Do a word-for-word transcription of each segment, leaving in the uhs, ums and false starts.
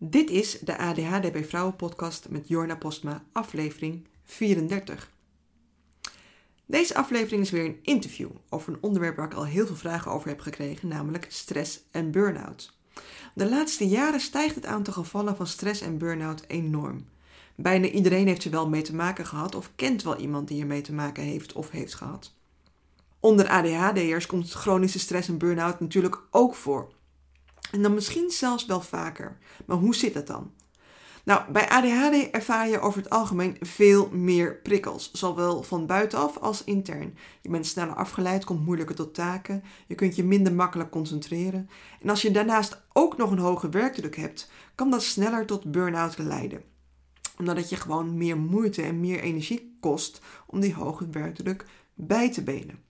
Dit is de A D H D bij Vrouwen podcast met Jorna Postma, aflevering vierendertig. Deze aflevering is weer een interview over een onderwerp waar ik al heel veel vragen over heb gekregen, namelijk stress en burn-out. De laatste jaren stijgt het aantal gevallen van stress en burn-out enorm. Bijna iedereen heeft er wel mee te maken gehad of kent wel iemand die ermee te maken heeft of heeft gehad. Onder A D H D'ers komt chronische stress en burn-out natuurlijk ook voor. En dan misschien zelfs wel vaker. Maar hoe zit dat dan? Nou, bij A D H D ervaar je over het algemeen veel meer prikkels. Zowel van buitenaf als intern. Je bent sneller afgeleid, komt moeilijker tot taken. Je kunt je minder makkelijk concentreren. En als je daarnaast ook nog een hoge werkdruk hebt, kan dat sneller tot burn-out leiden. Omdat het je gewoon meer moeite en meer energie kost om die hoge werkdruk bij te benen.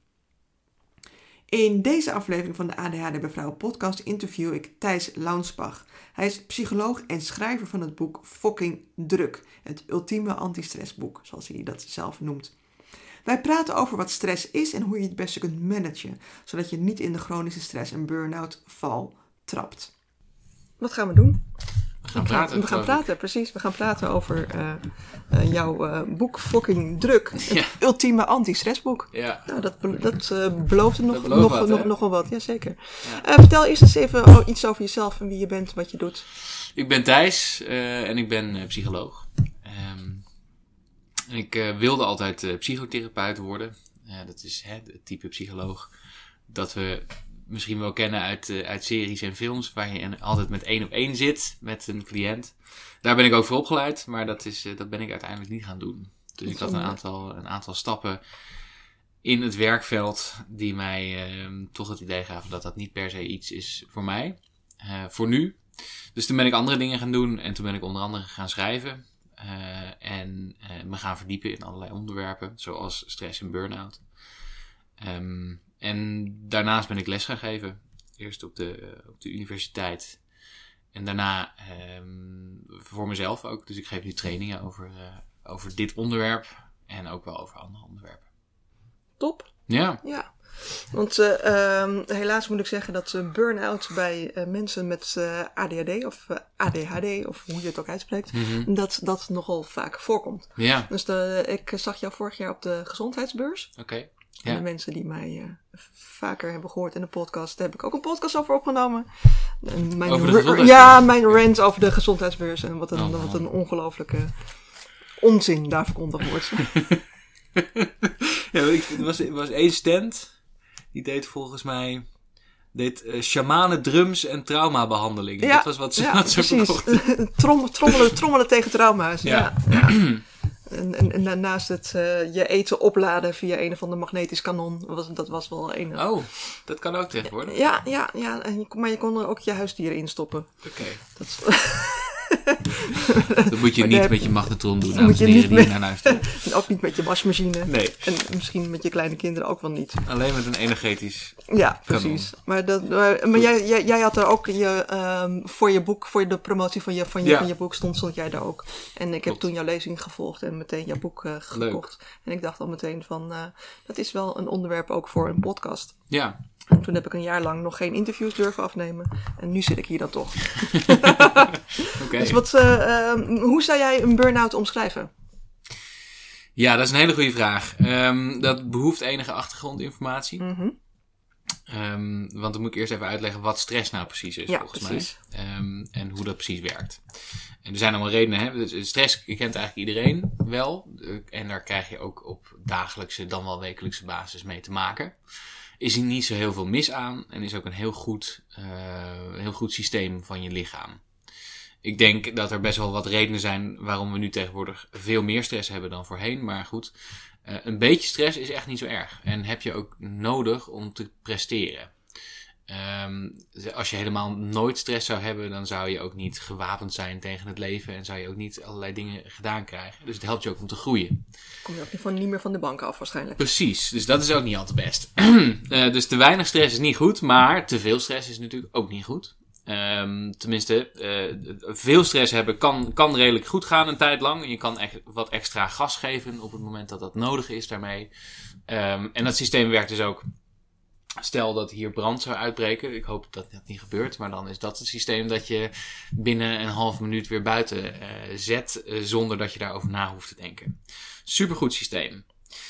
In deze aflevering van de A D H D bij Vrouwen podcast interview ik Thijs Launsbach. Hij is psycholoog en schrijver van het boek Fucking Druk. Het ultieme antistressboek, zoals hij dat zelf noemt. Wij praten over wat stress is en hoe je het beste kunt managen, zodat je niet in de chronische stress en burn-out val trapt. Wat gaan we doen? We gaan praten. We gaan praten, precies. We gaan praten over uh, uh, jouw uh, boek Fucking Druk. Het ja. ultieme anti-stressboek. Ja. Nou, dat be- dat uh, belooft er nog, dat belooft nog, wat, nog, nog wel wat. Jazeker. Ja. Uh, vertel eerst eens even oh, iets over jezelf en wie je bent, wat je doet. Ik ben Thijs uh, en ik ben uh, psycholoog. Um, en ik uh, wilde altijd uh, psychotherapeut worden. Uh, dat is hè, het type psycholoog dat we misschien wel kennen uit, uh, uit series en films, waar je altijd met één op één zit met een cliënt. Daar ben ik ook voor opgeleid, maar dat, is, uh, dat ben ik uiteindelijk niet gaan doen. Dus ik had een aantal, een aantal stappen in het werkveld die mij uh, toch het idee gaven dat dat niet per se iets is voor mij. Uh, voor nu. Dus toen ben ik andere dingen gaan doen en toen ben ik onder andere gaan schrijven. Uh, en uh, me gaan verdiepen in allerlei onderwerpen, zoals stress en burn-out. Um, En daarnaast ben ik les gaan geven. Eerst op de, uh, op de universiteit. En daarna um, voor mezelf ook. Dus ik geef nu trainingen over, uh, over dit onderwerp. En ook wel over andere onderwerpen. Top. Ja. Ja. Want uh, um, helaas moet ik zeggen dat uh, burn-out bij uh, mensen met uh, A D H D of uh, A D H D, of hoe je het ook uitspreekt, mm-hmm. dat dat nogal vaak voorkomt. Ja. Dus de, ik zag jou vorig jaar op de gezondheidsbeurs. Oké. Okay. En ja. de mensen die mij uh, vaker hebben gehoord in de podcast, daar heb ik ook een podcast over opgenomen. En mijn over de r- gezondheidsbeurs? Ja, mijn rant over de gezondheidsbeurs en wat een, oh, wat een ongelofelijke onzin daar verkondigd wordt. Ja, er was, was één stand, die deed volgens mij deed uh, shamanen, drums en traumabehandeling. Ja, dat was wat ze, ja, wat ze verkochten. Trom, trommelen, trommelen tegen trauma's. Ja. Ja. Ja. En, en, en daarnaast het uh, je eten opladen via een of ander magnetisch kanon. Was, dat was wel een. Oh, dat kan ook tegenwoordig. Ja, ja, ja. En je, maar je kon er ook je huisdieren in stoppen. Oké. Okay. Dat is... Dat moet je niet heb... met je magnetron doen, dames moet je en heren niet die met... naar huis doen. Ook niet met je wasmachine. Nee. En misschien met je kleine kinderen ook wel niet. Alleen met een energetisch Ja, precies. kanon. Maar, dat, maar, maar jij, jij, jij had er ook je, um, voor je boek, voor de promotie van je, van je, ja. van je boek stond, stond jij daar ook. En ik heb Klopt. toen jouw lezing gevolgd en meteen jouw boek uh, gekocht. Leuk. En ik dacht al meteen van, uh, dat is wel een onderwerp ook voor een podcast. Ja. En toen heb ik een jaar lang nog geen interviews durven afnemen. En nu zit ik hier dan toch. Okay. Dus wat, uh, uh, hoe zou jij een burn-out omschrijven? Ja, dat is een hele goede vraag. Um, dat behoeft enige achtergrondinformatie. Mm-hmm. Um, want dan moet ik eerst even uitleggen wat stress nou precies is, ja, volgens precies. mij. Um, en hoe dat precies werkt. En er zijn allemaal redenen. Hè? Stress kent eigenlijk iedereen wel. En daar krijg je ook op dagelijkse, dan wel wekelijkse basis mee te maken. Is er niet zo heel veel mis aan. En is ook een heel goed, uh, heel goed systeem van je lichaam. Ik denk dat er best wel wat redenen zijn waarom we nu tegenwoordig veel meer stress hebben dan voorheen. Maar goed, uh, een beetje stress is echt niet zo erg. En heb je ook nodig om te presteren. Um, als je helemaal nooit stress zou hebben, dan zou je ook niet gewapend zijn tegen het leven. En zou je ook niet allerlei dingen gedaan krijgen. Dus het helpt je ook om te groeien. Kom je ook niet, van, niet meer van de bank af waarschijnlijk. Precies, dus dat is ook niet al te best. uh, dus te weinig stress is niet goed, maar te veel stress is natuurlijk ook niet goed. Um, tenminste, uh, veel stress hebben kan, kan redelijk goed gaan een tijd lang. Je kan echt wat extra gas geven op het moment dat dat nodig is daarmee. Um, en dat systeem werkt dus ook Stel dat hier brand zou uitbreken. Ik hoop dat dat niet gebeurt. Maar dan is dat het systeem dat je binnen een half minuut weer buiten uh, zet. Uh, zonder dat je daarover na hoeft te denken. Supergoed systeem.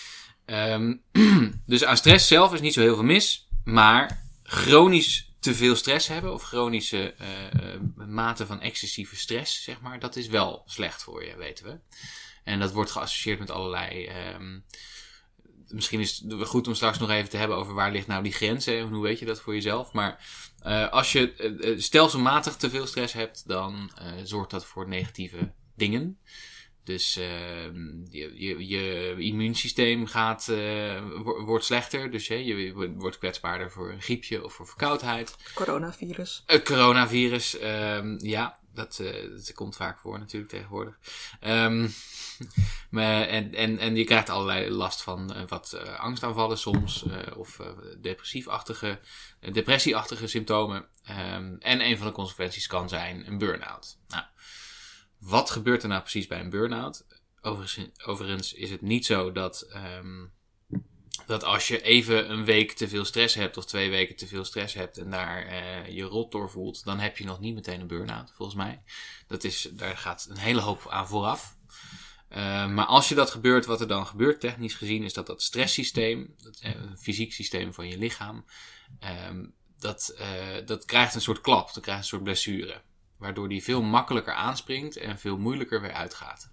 Um, dus aan stress zelf is niet zo heel veel mis. Maar chronisch te veel stress hebben. Of chronische uh, mate van excessieve stress. Zeg maar, dat is wel slecht voor je, weten we. En dat wordt geassocieerd met allerlei... Um, Misschien is het goed om straks nog even te hebben over waar ligt nou die grens. Hè? Hoe weet je dat voor jezelf? Maar uh, als je uh, stelselmatig te veel stress hebt, dan uh, zorgt dat voor negatieve dingen. Dus uh, je, je, je immuunsysteem gaat, uh, wordt slechter. Dus uh, je wordt kwetsbaarder voor een griepje of voor verkoudheid. Coronavirus. Een coronavirus, uh, ja. Dat, uh, dat komt vaak voor natuurlijk tegenwoordig. Um, maar, en, en, en je krijgt allerlei last van uh, wat uh, angstaanvallen soms. Uh, of uh, depressiefachtige, uh, depressieachtige symptomen. Um, en een van de consequenties kan zijn een burn-out. Nou, wat gebeurt er nou precies bij een burn-out? Overigens, overigens is het niet zo dat... Um, Dat als je even een week te veel stress hebt of twee weken te veel stress hebt en daar uh, je rot door voelt, dan heb je nog niet meteen een burn-out, volgens mij. Dat is, daar gaat een hele hoop aan vooraf. Uh, maar als je dat gebeurt, wat er dan gebeurt, technisch gezien, is dat dat stresssysteem, dat uh, een fysiek systeem van je lichaam, um, dat, uh, dat krijgt een soort klap, dat krijgt een soort blessure. Waardoor die veel makkelijker aanspringt en veel moeilijker weer uitgaat.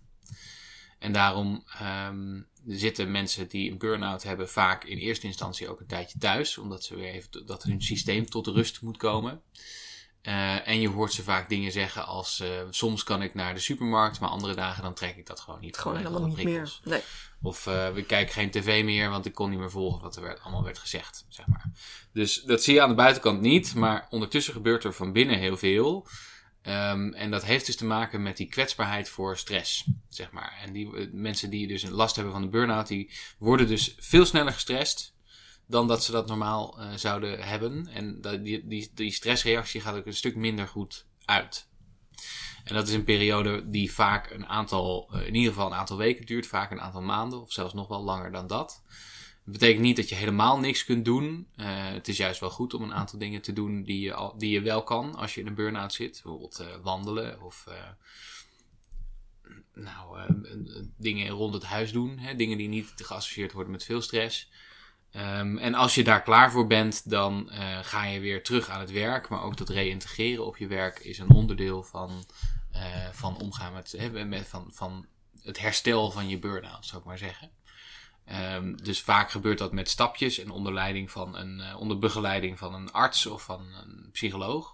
En daarom um, zitten mensen die een burn-out hebben vaak in eerste instantie ook een tijdje thuis. Omdat ze weer even, dat hun systeem tot rust moet komen. Uh, en je hoort ze vaak dingen zeggen als... Uh, soms kan ik naar de supermarkt, maar andere dagen dan trek ik dat gewoon niet. Gewoon helemaal niet meer. Nee. Of uh, we kijken geen tv meer, want ik kon niet meer volgen wat er werd, allemaal werd gezegd. Zeg maar. Dus dat zie je aan de buitenkant niet. Maar ondertussen gebeurt er van binnen heel veel... Um, en dat heeft dus te maken met die kwetsbaarheid voor stress, zeg maar. En die uh, mensen die dus last hebben van de burn-out, die worden dus veel sneller gestrest dan dat ze dat normaal uh, zouden hebben. En dat, die, die, die stressreactie gaat ook een stuk minder goed uit. En dat is een periode die vaak een aantal, uh, in ieder geval een aantal weken duurt, vaak een aantal maanden of zelfs nog wel langer dan dat. Dat betekent niet dat je helemaal niks kunt doen. Uh, het is juist wel goed om een aantal dingen te doen die je, al, die je wel kan als je in een burn-out zit. Bijvoorbeeld uh, wandelen of uh, nou, uh, uh, dingen rond het huis doen. Hè? Dingen die niet geassocieerd worden met veel stress. Um, en als je daar klaar voor bent, dan uh, ga je weer terug aan het werk. Maar ook dat reïntegreren op je werk is een onderdeel van, uh, van omgaan met, hè, met van, van het herstel van je burn-out, zou ik maar zeggen. Um, dus vaak gebeurt dat met stapjes en onder, leiding van een, uh, onder begeleiding van een arts of van een psycholoog.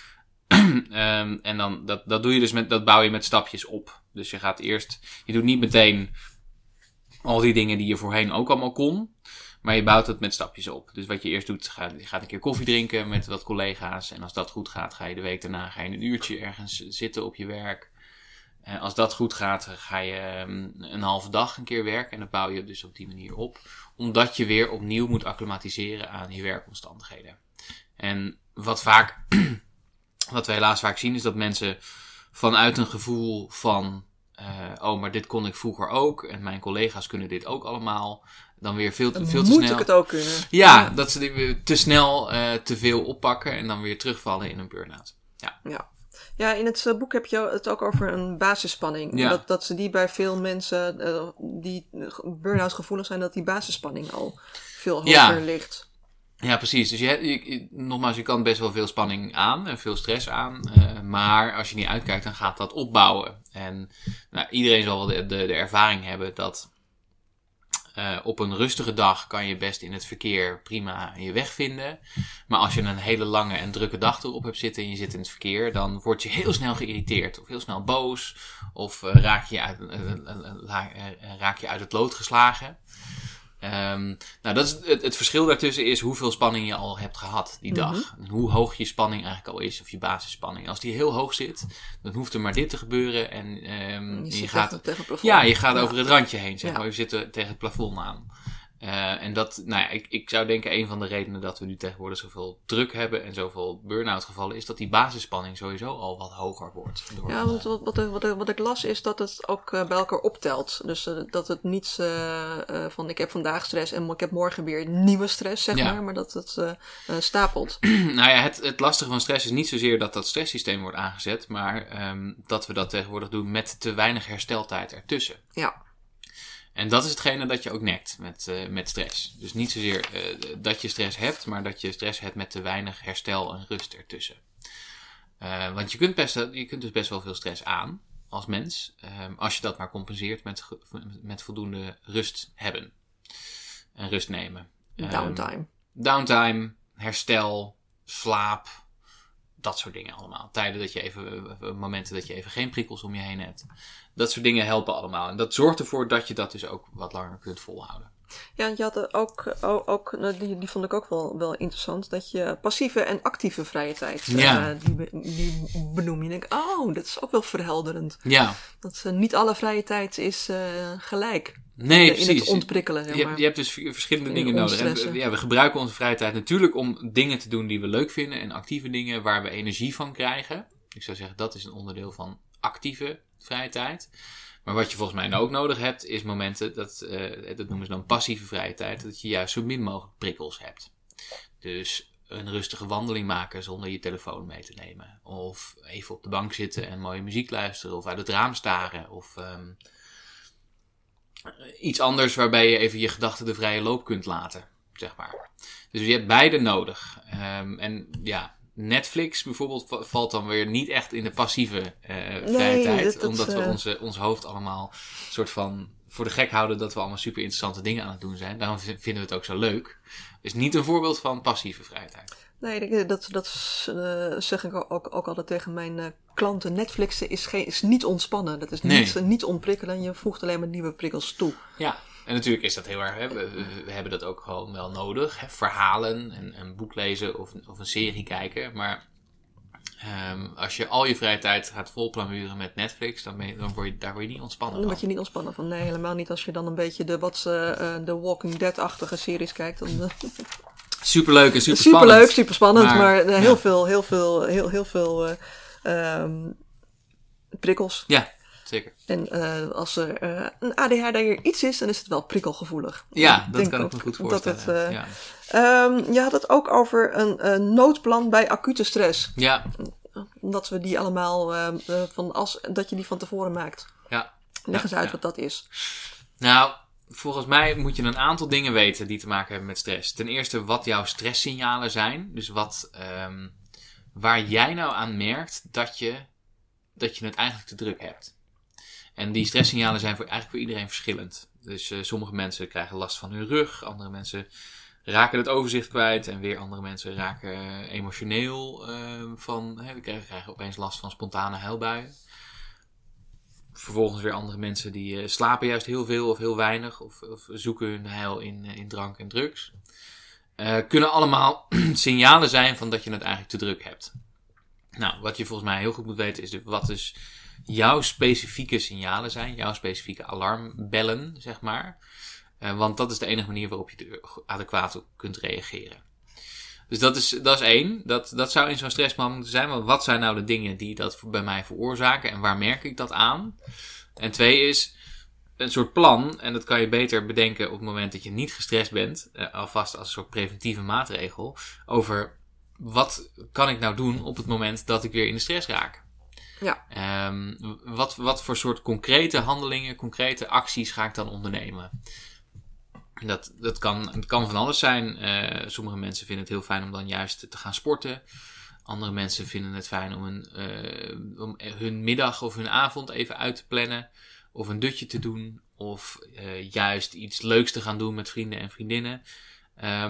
um, en dan, dat, dat doe je dus met, dat bouw je met stapjes op. Dus je gaat eerst, je doet niet meteen al die dingen die je voorheen ook allemaal kon. Maar je bouwt het met stapjes op. Dus wat je eerst doet, ga, je gaat een keer koffie drinken met wat collega's. En als dat goed gaat, ga je de week daarna ga je een uurtje ergens zitten op je werk. En als dat goed gaat, ga je um, een halve dag een keer werken. En dat bouw je dus op die manier op. Omdat je weer opnieuw moet acclimatiseren aan je werkomstandigheden. En wat vaak, wat we helaas vaak zien, is dat mensen vanuit een gevoel van... Uh, oh, maar dit kon ik vroeger ook. En mijn collega's kunnen dit ook allemaal. Dan weer veel te, veel te moet snel. ik het ook kunnen. Ja, ja. Dat ze weer te snel uh, te veel oppakken. En dan weer terugvallen in een burn-out. Ja. Ja. Ja, in het boek heb je het ook over een basisspanning. Ja. Dat, dat ze die bij veel mensen uh, die burn-out gevoelig zijn, dat die basisspanning al veel hoger ja. ligt. Ja, precies. Dus je, je, nogmaals, je kan best wel veel spanning aan en veel stress aan. Uh, maar als je niet uitkijkt, dan gaat dat opbouwen. En nou, iedereen zal wel de, de, de ervaring hebben dat uh, op een rustige dag kan je best in het verkeer prima je weg vinden. Maar als je een hele lange en drukke dag erop hebt zitten en je zit in het verkeer, dan word je heel snel geïrriteerd of heel snel boos. Of uh, raak, je uit, uh, uh, uh, uh, raak je uit het lood geslagen. Um, nou, dat is het, het verschil daartussen is hoeveel spanning je al hebt gehad die dag. Mm-hmm. En hoe hoog je spanning eigenlijk al is, of je basisspanning. Als die heel hoog zit, dan hoeft er maar dit te gebeuren. En um, je, je gaat, tegen het plafond. ja, je gaat ja. over het randje heen, zeg ja. maar. Je zit tegen het plafond aan. Uh, en dat, nou ja, ik, ik zou denken een van de redenen dat we nu tegenwoordig zoveel druk hebben en zoveel burn-out gevallen is dat die basisspanning sowieso al wat hoger wordt. Door, ja, want wat, wat, wat, wat ik las is dat het ook uh, bij elkaar optelt. Dus uh, dat het niet uh, uh, van ik heb vandaag stress en ik heb morgen weer nieuwe stress, zeg ja. maar. Maar dat het uh, uh, stapelt. Nou ja, het, het lastige van stress is niet zozeer dat dat stresssysteem wordt aangezet, maar um, dat we dat tegenwoordig doen met te weinig hersteltijd ertussen. Ja. En dat is hetgene dat je ook nekt met, uh, met stress. Dus niet zozeer uh, dat je stress hebt, maar dat je stress hebt met te weinig herstel en rust ertussen. Uh, want je kunt, best, je kunt dus best wel veel stress aan als mens, um, als je dat maar compenseert met, met voldoende rust hebben. En rust nemen. Downtime. Um, downtime, herstel, slaap, dat soort dingen allemaal. Tijden dat je even, momenten dat je even geen prikkels om je heen hebt. Dat soort dingen helpen allemaal. En dat zorgt ervoor dat je dat dus ook wat langer kunt volhouden. Ja, je had ook, ook, ook die, die vond ik ook wel, wel interessant, dat je passieve en actieve vrije tijd, ja. uh, die, die benoem je. En denk, oh, dat is ook wel verhelderend. Ja. Dat uh, niet alle vrije tijd is uh, gelijk. Nee, in, precies. In het ontprikkelen, zeg maar. je, hebt, je hebt dus verschillende dingen nodig. En, ja, we gebruiken onze vrije tijd natuurlijk om dingen te doen die we leuk vinden en actieve dingen waar we energie van krijgen. Ik zou zeggen, dat is een onderdeel van actieve vrije tijd. Maar wat je volgens mij ook nodig hebt, is momenten, dat, uh, dat noemen ze dan passieve vrije tijd, dat je juist zo min mogelijk prikkels hebt. Dus een rustige wandeling maken zonder je telefoon mee te nemen. Of even op de bank zitten en mooie muziek luisteren, of uit het raam staren, of um, iets anders waarbij je even je gedachten de vrije loop kunt laten, zeg maar. Dus je hebt beide nodig. Um, en ja... Netflix bijvoorbeeld valt dan weer niet echt in de passieve uh, vrije nee, tijd. Dat, dat, omdat we uh... onze, ons hoofd allemaal soort van voor de gek houden dat we allemaal super interessante dingen aan het doen zijn. Daarom vinden we het ook zo leuk. Dus niet een voorbeeld van passieve vrije tijd. Nee, dat, dat uh, zeg ik ook, ook altijd tegen mijn uh, klanten. Netflixen is, geen, is niet ontspannen. Dat is niet, nee. niet ontprikkelen. Je voegt alleen maar nieuwe prikkels toe. Ja. En natuurlijk is dat heel erg, hè, we, we hebben dat ook gewoon wel nodig. Hè, verhalen, en een boek lezen of, of een serie kijken. Maar um, als je al je vrije tijd gaat volplamuren met Netflix, dan, ben je, dan word je, daar word je niet ontspannen van. Dan word je niet ontspannen van. Nee, helemaal niet als je dan een beetje de, wat, uh, de Walking Dead-achtige series kijkt. Dan, uh, superleuk en super Superleuk, spannend. super spannend, maar, maar uh, heel, ja. veel, heel veel, heel, heel veel uh, um, prikkels. Ja. Zeker. En uh, als er uh, een A D H D'er iets is, dan is het wel prikkelgevoelig. Ja, ik dat kan ik me goed voorstellen. Dat het, uh, ja. um, je had het ook over een, een noodplan bij acute stress. Ja. Dat we die allemaal, uh, uh, van als, dat je die van tevoren maakt. Ja. Leg ja, eens uit ja. wat dat is. Nou, volgens mij moet je een aantal dingen weten die te maken hebben met stress. Ten eerste wat jouw stresssignalen zijn. Dus wat, um, waar jij nou aan merkt dat je, dat je het eigenlijk te druk hebt. En die stresssignalen zijn voor, eigenlijk voor iedereen verschillend. Dus uh, sommige mensen krijgen last van hun rug. Andere mensen raken het overzicht kwijt. En weer andere mensen raken uh, emotioneel uh, van... Hè, we krijgen, krijgen opeens last van spontane huilbuien. Vervolgens weer andere mensen die uh, slapen juist heel veel of heel weinig. Of, of zoeken hun heil in, uh, in drank en drugs. Uh, kunnen allemaal signalen zijn van dat je het eigenlijk te druk hebt. Nou, wat je volgens mij heel goed moet weten is... wat dus jouw specifieke signalen zijn. Jouw specifieke alarmbellen, zeg maar. Uh, want dat is de enige manier waarop je adequaat kunt reageren. Dus dat is, dat is één. Dat, dat zou in zo'n stressplan moeten zijn. Want wat zijn nou de dingen die dat bij mij veroorzaken? En waar merk ik dat aan? En twee is een soort plan. En dat kan je beter bedenken op het moment dat je niet gestrest bent. Uh, alvast als een soort preventieve maatregel. Over wat kan ik nou doen op het moment dat ik weer in de stress raak? Ja. Um, wat, wat voor soort concrete handelingen, concrete acties ga ik dan ondernemen? Dat, dat kan, het kan van alles zijn. Uh, sommige mensen vinden het heel fijn om dan juist te gaan sporten. Andere mensen vinden het fijn om, een, uh, om hun middag of hun avond even uit te plannen. Of een dutje te doen. Of uh, juist iets leuks te gaan doen met vrienden en vriendinnen. Um,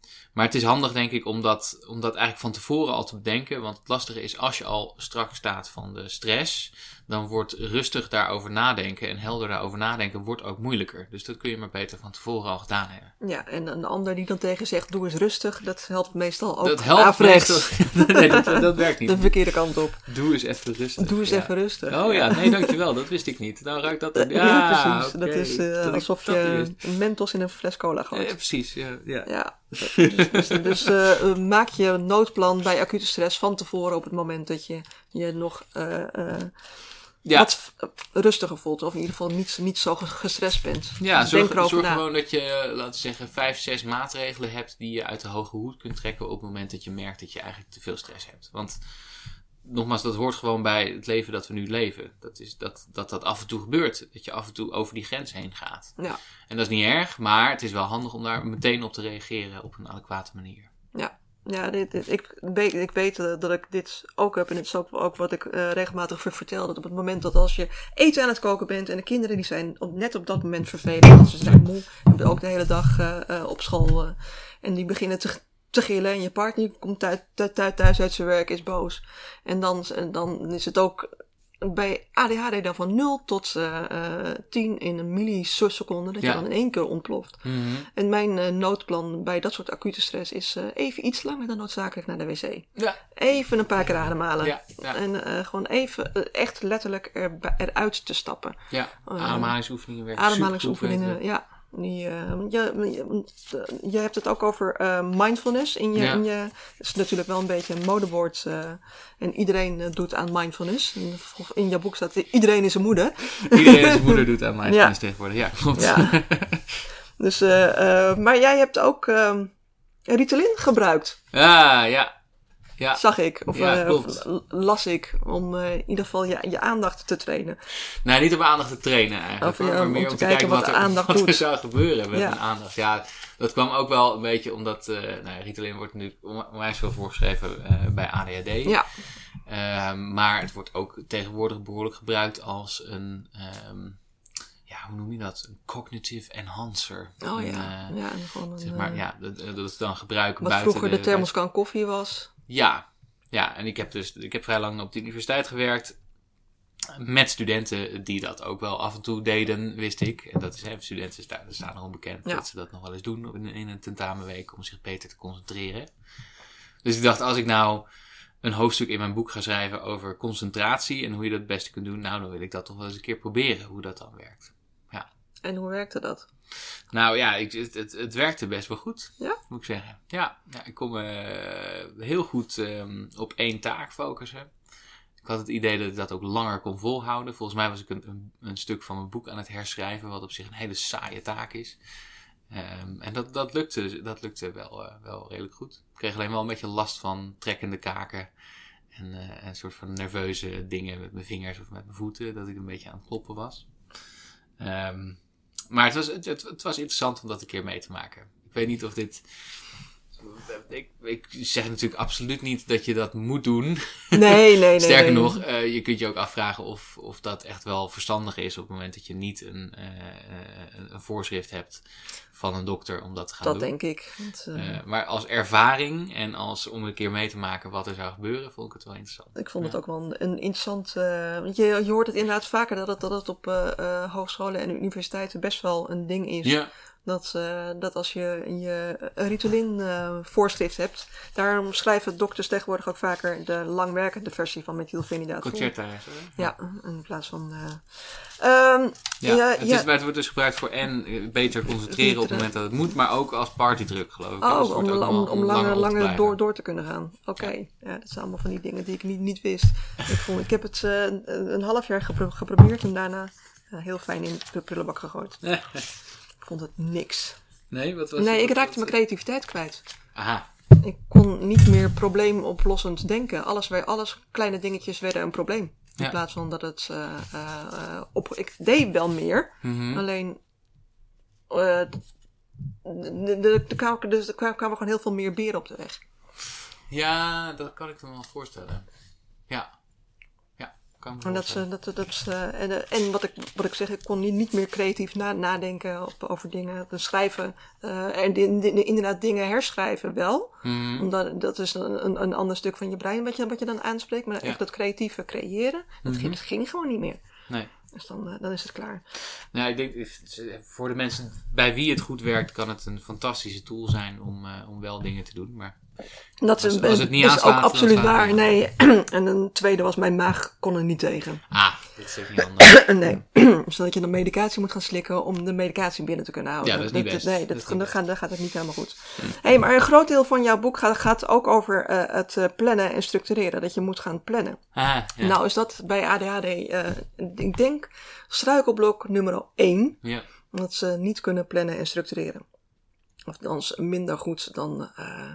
Maar het is handig, denk ik, om dat, om dat eigenlijk van tevoren al te bedenken. Want het lastige is, als je al strak staat van de stress, dan wordt rustig daarover nadenken en helder daarover nadenken wordt ook moeilijker. Dus dat kun je maar beter van tevoren al gedaan hebben. Ja, en een ander die dan tegen zegt, doe eens rustig, dat helpt meestal ook dat helpt averechts. meestal. Nee, dat, dat werkt niet. De verkeerde kant op. Doe eens even rustig. Doe eens ja. even rustig. Oh ja, nee, dankjewel. Dat wist ik niet. Nou ruikt dat... Ja, ja precies. Okay. Dat is uh, dat alsof dat je een Mentos in een fles cola gooit. Ja, precies, ja. ja. ja. Dus, dus, dus uh, maak je noodplan bij acute stress van tevoren op het moment dat je je nog uh, uh, ja. wat rustiger voelt. Of in ieder geval niet, niet zo gestrest bent. Ja, dus zorg, zorg gewoon dat je, laten we zeggen, vijf, zes maatregelen hebt die je uit de hoge hoed kunt trekken op het moment dat je merkt dat je eigenlijk te veel stress hebt. Want nogmaals, dat hoort gewoon bij het leven dat we nu leven. Dat is dat, dat dat af en toe gebeurt. Dat je af en toe over die grens heen gaat. Ja. En dat is niet erg, maar het is wel handig om daar meteen op te reageren op een adequate manier. Ja, ja dit, dit, ik, weet, ik weet dat ik dit ook heb. En het is ook, ook wat ik uh, regelmatig vertel. Dat op het moment dat als je eten aan het koken bent en de kinderen die zijn op, net op dat moment vervelend. Want ze zijn moe, hebben ook de hele dag uh, uh, op school. Uh, en die beginnen te... te gillen en je partner komt thuis, thuis, thuis uit zijn werk, is boos. En dan, dan is het ook bij A D H D dan van nul tot uh, tien in een milliseconde dat ja. je dan in één keer ontploft. Mm-hmm. En mijn uh, noodplan bij dat soort acute stress is uh, even iets langer dan noodzakelijk naar de wc. Ja. Even een paar keer ademhalen. Ja, ja. En uh, gewoon even uh, echt letterlijk er, eruit te stappen. Ja, ademhalingsoefeningen werken Ademhalingsoefeningen, ja. Die, uh, je, je hebt het ook over uh, mindfulness. In je, ja. in je, dat is natuurlijk wel een beetje een modewoord. Uh, en iedereen uh, doet aan mindfulness. En in jouw boek staat iedereen is een moeder. Iedereen is een moeder doet aan mindfulness ja. tegenwoordig. Ja, klopt. Ja. Dus, uh, uh, maar jij hebt ook uh, Ritalin gebruikt. Ja, ja. Ja. Zag ik, of, ja, uh, of las ik, om uh, in ieder geval je, je aandacht te trainen. Nee, niet om aandacht te trainen eigenlijk, of, ja, maar om meer te om te kijken, kijken wat, wat, er, wat wat doet. er zou gebeuren met ja. mijn aandacht. Ja, dat kwam ook wel een beetje omdat, uh, nou, Ritalin wordt nu onwijs veel voorgeschreven uh, bij A D H D. Ja. Uh, maar het wordt ook tegenwoordig behoorlijk gebruikt als een... Um, ja, hoe noem je dat? Een cognitive enhancer. Oh een, ja. Uh, ja gewoon een, zeg maar, ja, dat, dat is dan gebruiken wat buiten vroeger de, de thermoskan koffie was. Ja. Ja, en ik heb dus ik heb vrij lang op de universiteit gewerkt met studenten die dat ook wel af en toe deden, wist ik. En dat is even studenten staan, staan er onbekend ja. dat ze dat nog wel eens doen in, in een tentamenweek om zich beter te concentreren. Dus ik dacht, als ik nou een hoofdstuk in mijn boek ga schrijven over concentratie en hoe je dat het beste kunt doen, nou dan wil ik dat toch wel eens een keer proberen, hoe dat dan werkt. Ja. En hoe werkte dat? Nou ja, ik, het, het, het werkte best wel goed, ja? moet ik zeggen. Ja, ja ik kon me uh, heel goed um, op één taak focussen. Ik had het idee dat ik dat ook langer kon volhouden. Volgens mij was ik een, een, een stuk van mijn boek aan het herschrijven, wat op zich een hele saaie taak is. Um, en dat, dat lukte, dat lukte wel, uh, wel redelijk goed. Ik kreeg alleen wel een beetje last van trekkende kaken en uh, een soort van nerveuze dingen met mijn vingers of met mijn voeten, dat ik een beetje aan het kloppen was. Um, Maar het was, het, het, het was interessant om dat een keer mee te maken. Ik weet niet of dit... Ik, ik zeg natuurlijk absoluut niet dat je dat moet doen. Nee, nee, nee. Sterker nee. nog, uh, je kunt je ook afvragen of, of dat echt wel verstandig is op het moment dat je niet een, uh, uh, een voorschrift hebt van een dokter om dat te gaan dat doen. Dat denk ik. Want, uh... Uh, maar als ervaring en als om een keer mee te maken wat er zou gebeuren, vond ik het wel interessant. Ik vond ja. het ook wel een, een interessant... Uh, want je, je hoort het inderdaad vaker dat het, dat het op uh, uh, hogescholen en universiteiten best wel een ding is. Ja. Dat, uh, dat als je je Ritalin uh, voorschrift hebt, daarom schrijven dokters tegenwoordig ook vaker de langwerkende versie van methylfenidaat. Concerta. Ja, in plaats van... Uh, um, ja, ja, het, ja. Is, het wordt dus gebruikt voor en beter concentreren op het moment dat het moet, maar ook als partydruk, geloof ik. Oh, dus om, om, om, om langer, langer door, door te kunnen gaan. Oké, okay. ja. ja, dat zijn allemaal van die dingen die ik niet, niet wist. ik, vond, ik heb het uh, een half jaar gepro- geprobeerd en daarna uh, heel fijn in de prullenbak gegooid. Ik vond het niks. Nee, wat was Nee, het? ik raakte mijn creativiteit kwijt. Aha. Ik kon niet meer probleemoplossend denken. Alles, alles kleine dingetjes werden een probleem. In ja. plaats van dat het... Uh, uh, op, ik deed wel meer. Mm-hmm. Alleen... Uh, de, de, de, kwamen, dus er kwamen gewoon heel veel meer beren op de weg. Ja, dat kan ik me wel voorstellen. Ja. Ja. kan me En, dat, voorstellen. dat, dat, dat, uh, en, uh, en wat, ik, wat ik zeg, ik kon niet, niet meer creatief na, nadenken op, over dingen. Dus schrijven uh, en de, de, de, inderdaad dingen herschrijven wel. Mm-hmm. Omdat dat is een, een, een ander stuk van je brein wat je, wat je dan aanspreekt. Maar Ja. echt dat creatieve creëren, dat, Mm-hmm. ging, dat ging gewoon niet meer. Nee. Dus dan, uh, dan is het klaar. Nou, ik denk, voor de mensen bij wie het goed werkt, kan het een fantastische tool zijn om, uh, om wel dingen te doen. Maar Dat als, is, als het niet is aanslaat, ook absoluut dan slaat waar. het Nee. En een tweede was, mijn maag kon er niet tegen. Ah, dat is ook niet handig. Nee. Zodat je dan medicatie moet gaan slikken om de medicatie binnen te kunnen houden. Ja, dat is niet dat, best. Nee, dat, dat is dan, niet gaat, dan gaat het niet helemaal goed. Hé, hey, maar een groot deel van jouw boek gaat, gaat ook over uh, het uh, plannen en structureren. Dat je moet gaan plannen. Ah, ja. Nou is dat bij A D H D, uh, ik denk, struikelblok nummer één. Ja. Dat ze niet kunnen plannen en structureren. Of althans minder goed dan... Uh,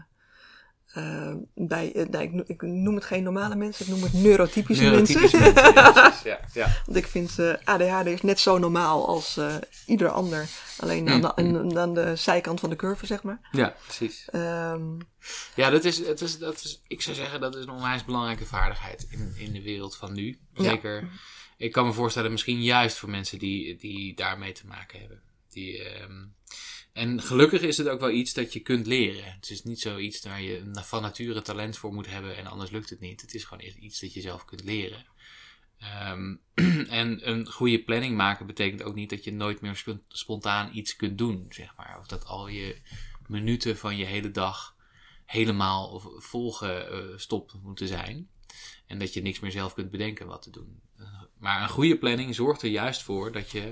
Uh, bij, uh, nee, ik, ik noem het geen normale mensen, ik noem het neurotypische, Neurotypische mensen. mensen. Ja, precies. Ja, ja. Want ik vind uh, A D H D is net zo normaal als uh, ieder ander. Alleen mm. aan, de, aan, aan de zijkant van de curve, zeg maar. Ja, precies. Um, ja, dat is, dat is, dat is, ik zou zeggen dat is een onwijs belangrijke vaardigheid in, in de wereld van nu. Zeker, ja. Ik kan me voorstellen, misschien juist voor mensen die, die daarmee te maken hebben. Die... Um, En gelukkig is het ook wel iets dat je kunt leren. Het is niet zoiets waar je van nature talent voor moet hebben en anders lukt het niet. Het is gewoon iets dat je zelf kunt leren. Um, en een goede planning maken betekent ook niet dat je nooit meer sp- spontaan iets kunt doen, zeg maar. Of dat al je minuten van je hele dag helemaal of volgestopt uh, moeten zijn. En dat je niks meer zelf kunt bedenken wat te doen. Uh, maar een goede planning zorgt er juist voor dat je...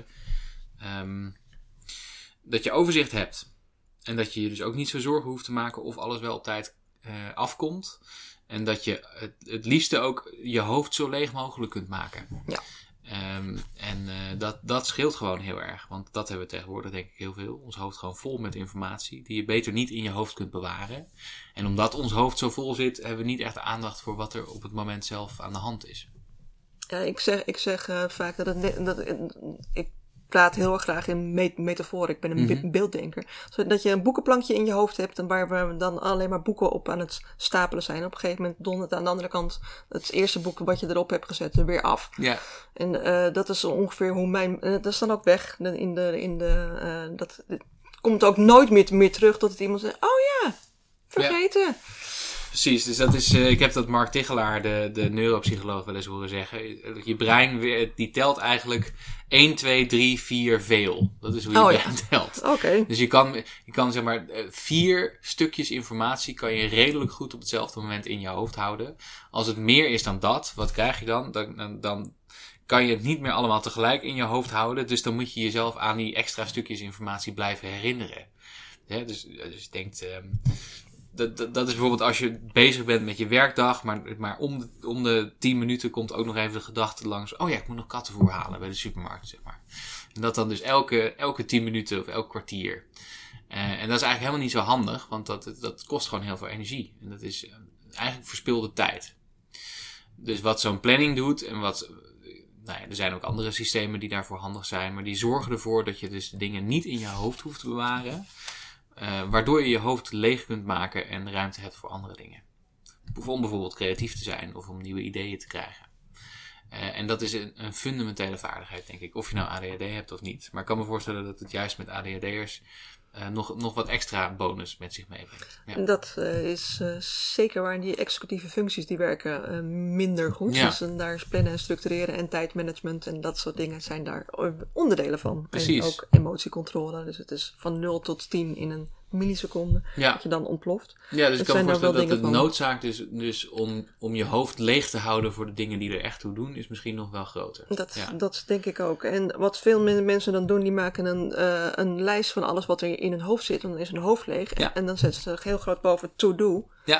Um, dat je overzicht hebt. En dat je je dus ook niet zo zorgen hoeft te maken of alles wel op tijd uh, afkomt. En dat je het, het liefste ook je hoofd zo leeg mogelijk kunt maken. Ja. Um, en uh, dat, dat scheelt gewoon heel erg. Want dat hebben we tegenwoordig denk ik heel veel. Ons hoofd gewoon vol met informatie die je beter niet in je hoofd kunt bewaren. En omdat ons hoofd zo vol zit, hebben we niet echt aandacht voor wat er op het moment zelf aan de hand is. Ja, ik zeg, ik zeg uh, vaak dat het... Dat, uh, ik praat heel erg graag in met- metafoor. Ik ben een mm-hmm. beelddenker. Zodat je een boekenplankje in je hoofd hebt en waar we dan alleen maar boeken op aan het stapelen zijn. Op een gegeven moment dondert aan de andere kant het eerste boek wat je erop hebt gezet er weer af. Ja. En uh, dat is ongeveer hoe mijn... Uh, dat is dan ook weg. In de, in de, uh, dat het komt ook nooit meer, meer terug tot het iemand zegt, oh ja, vergeten. Ja. Precies, dus dat is, uh, ik heb dat Mark Tichelaar, de, de neuropsycholoog, wel eens horen zeggen. Je brein, die telt eigenlijk één, twee, drie, vier veel. Dat is hoe je oh, brein ja. telt. Okay. Dus je kan, je kan zeg maar vier stukjes informatie kan je redelijk goed op hetzelfde moment in je hoofd houden. Als het meer is dan dat, wat krijg je dan? Dan, dan kan je het niet meer allemaal tegelijk in je hoofd houden. Dus dan moet je jezelf aan die extra stukjes informatie blijven herinneren. Ja, dus, dus je denkt... Um, Dat, dat, dat is bijvoorbeeld als je bezig bent met je werkdag, maar, maar om, de, om de tien minuten komt ook nog even de gedachte langs, oh ja, ik moet nog kattenvoer halen bij de supermarkt, zeg maar. En dat dan dus elke, elke tien minuten of elk kwartier. Uh, en dat is eigenlijk helemaal niet zo handig, want dat, dat kost gewoon heel veel energie. En dat is uh, eigenlijk verspilde tijd. Dus wat zo'n planning doet en wat... Nou ja, er zijn ook andere systemen die daarvoor handig zijn, maar die zorgen ervoor dat je dus dingen niet in je hoofd hoeft te bewaren. Uh, waardoor je je hoofd leeg kunt maken en ruimte hebt voor andere dingen. Om bijvoorbeeld creatief te zijn of om nieuwe ideeën te krijgen. Uh, en dat is een, een fundamentele vaardigheid, denk ik. Of je nou A D H D hebt of niet. Maar ik kan me voorstellen dat het juist met A D H D'ers uh, nog, nog wat extra bonus met zich meebrengt. Ja. Dat uh, is uh, zeker waar. Die executieve functies die werken uh, minder goed. Ja. Dus uh, daar is plannen en structureren en tijdmanagement en dat soort dingen zijn daar onderdelen van. Precies. En ook emotiecontrole. Dus het is van nul tot tien in een milliseconde Ja. dat je dan ontploft. Ja, dus dat ik kan me voorstellen dat de van... noodzaak dus, dus om, om je hoofd leeg te houden voor de dingen die er echt toe doen, is misschien nog wel groter. Dat, ja. dat denk ik ook. En wat veel mensen dan doen, die maken een, uh, een lijst van alles wat er in hun hoofd zit. En dan is hun hoofd leeg. Ja. En, en dan zetten ze er heel groot boven to do. Ja.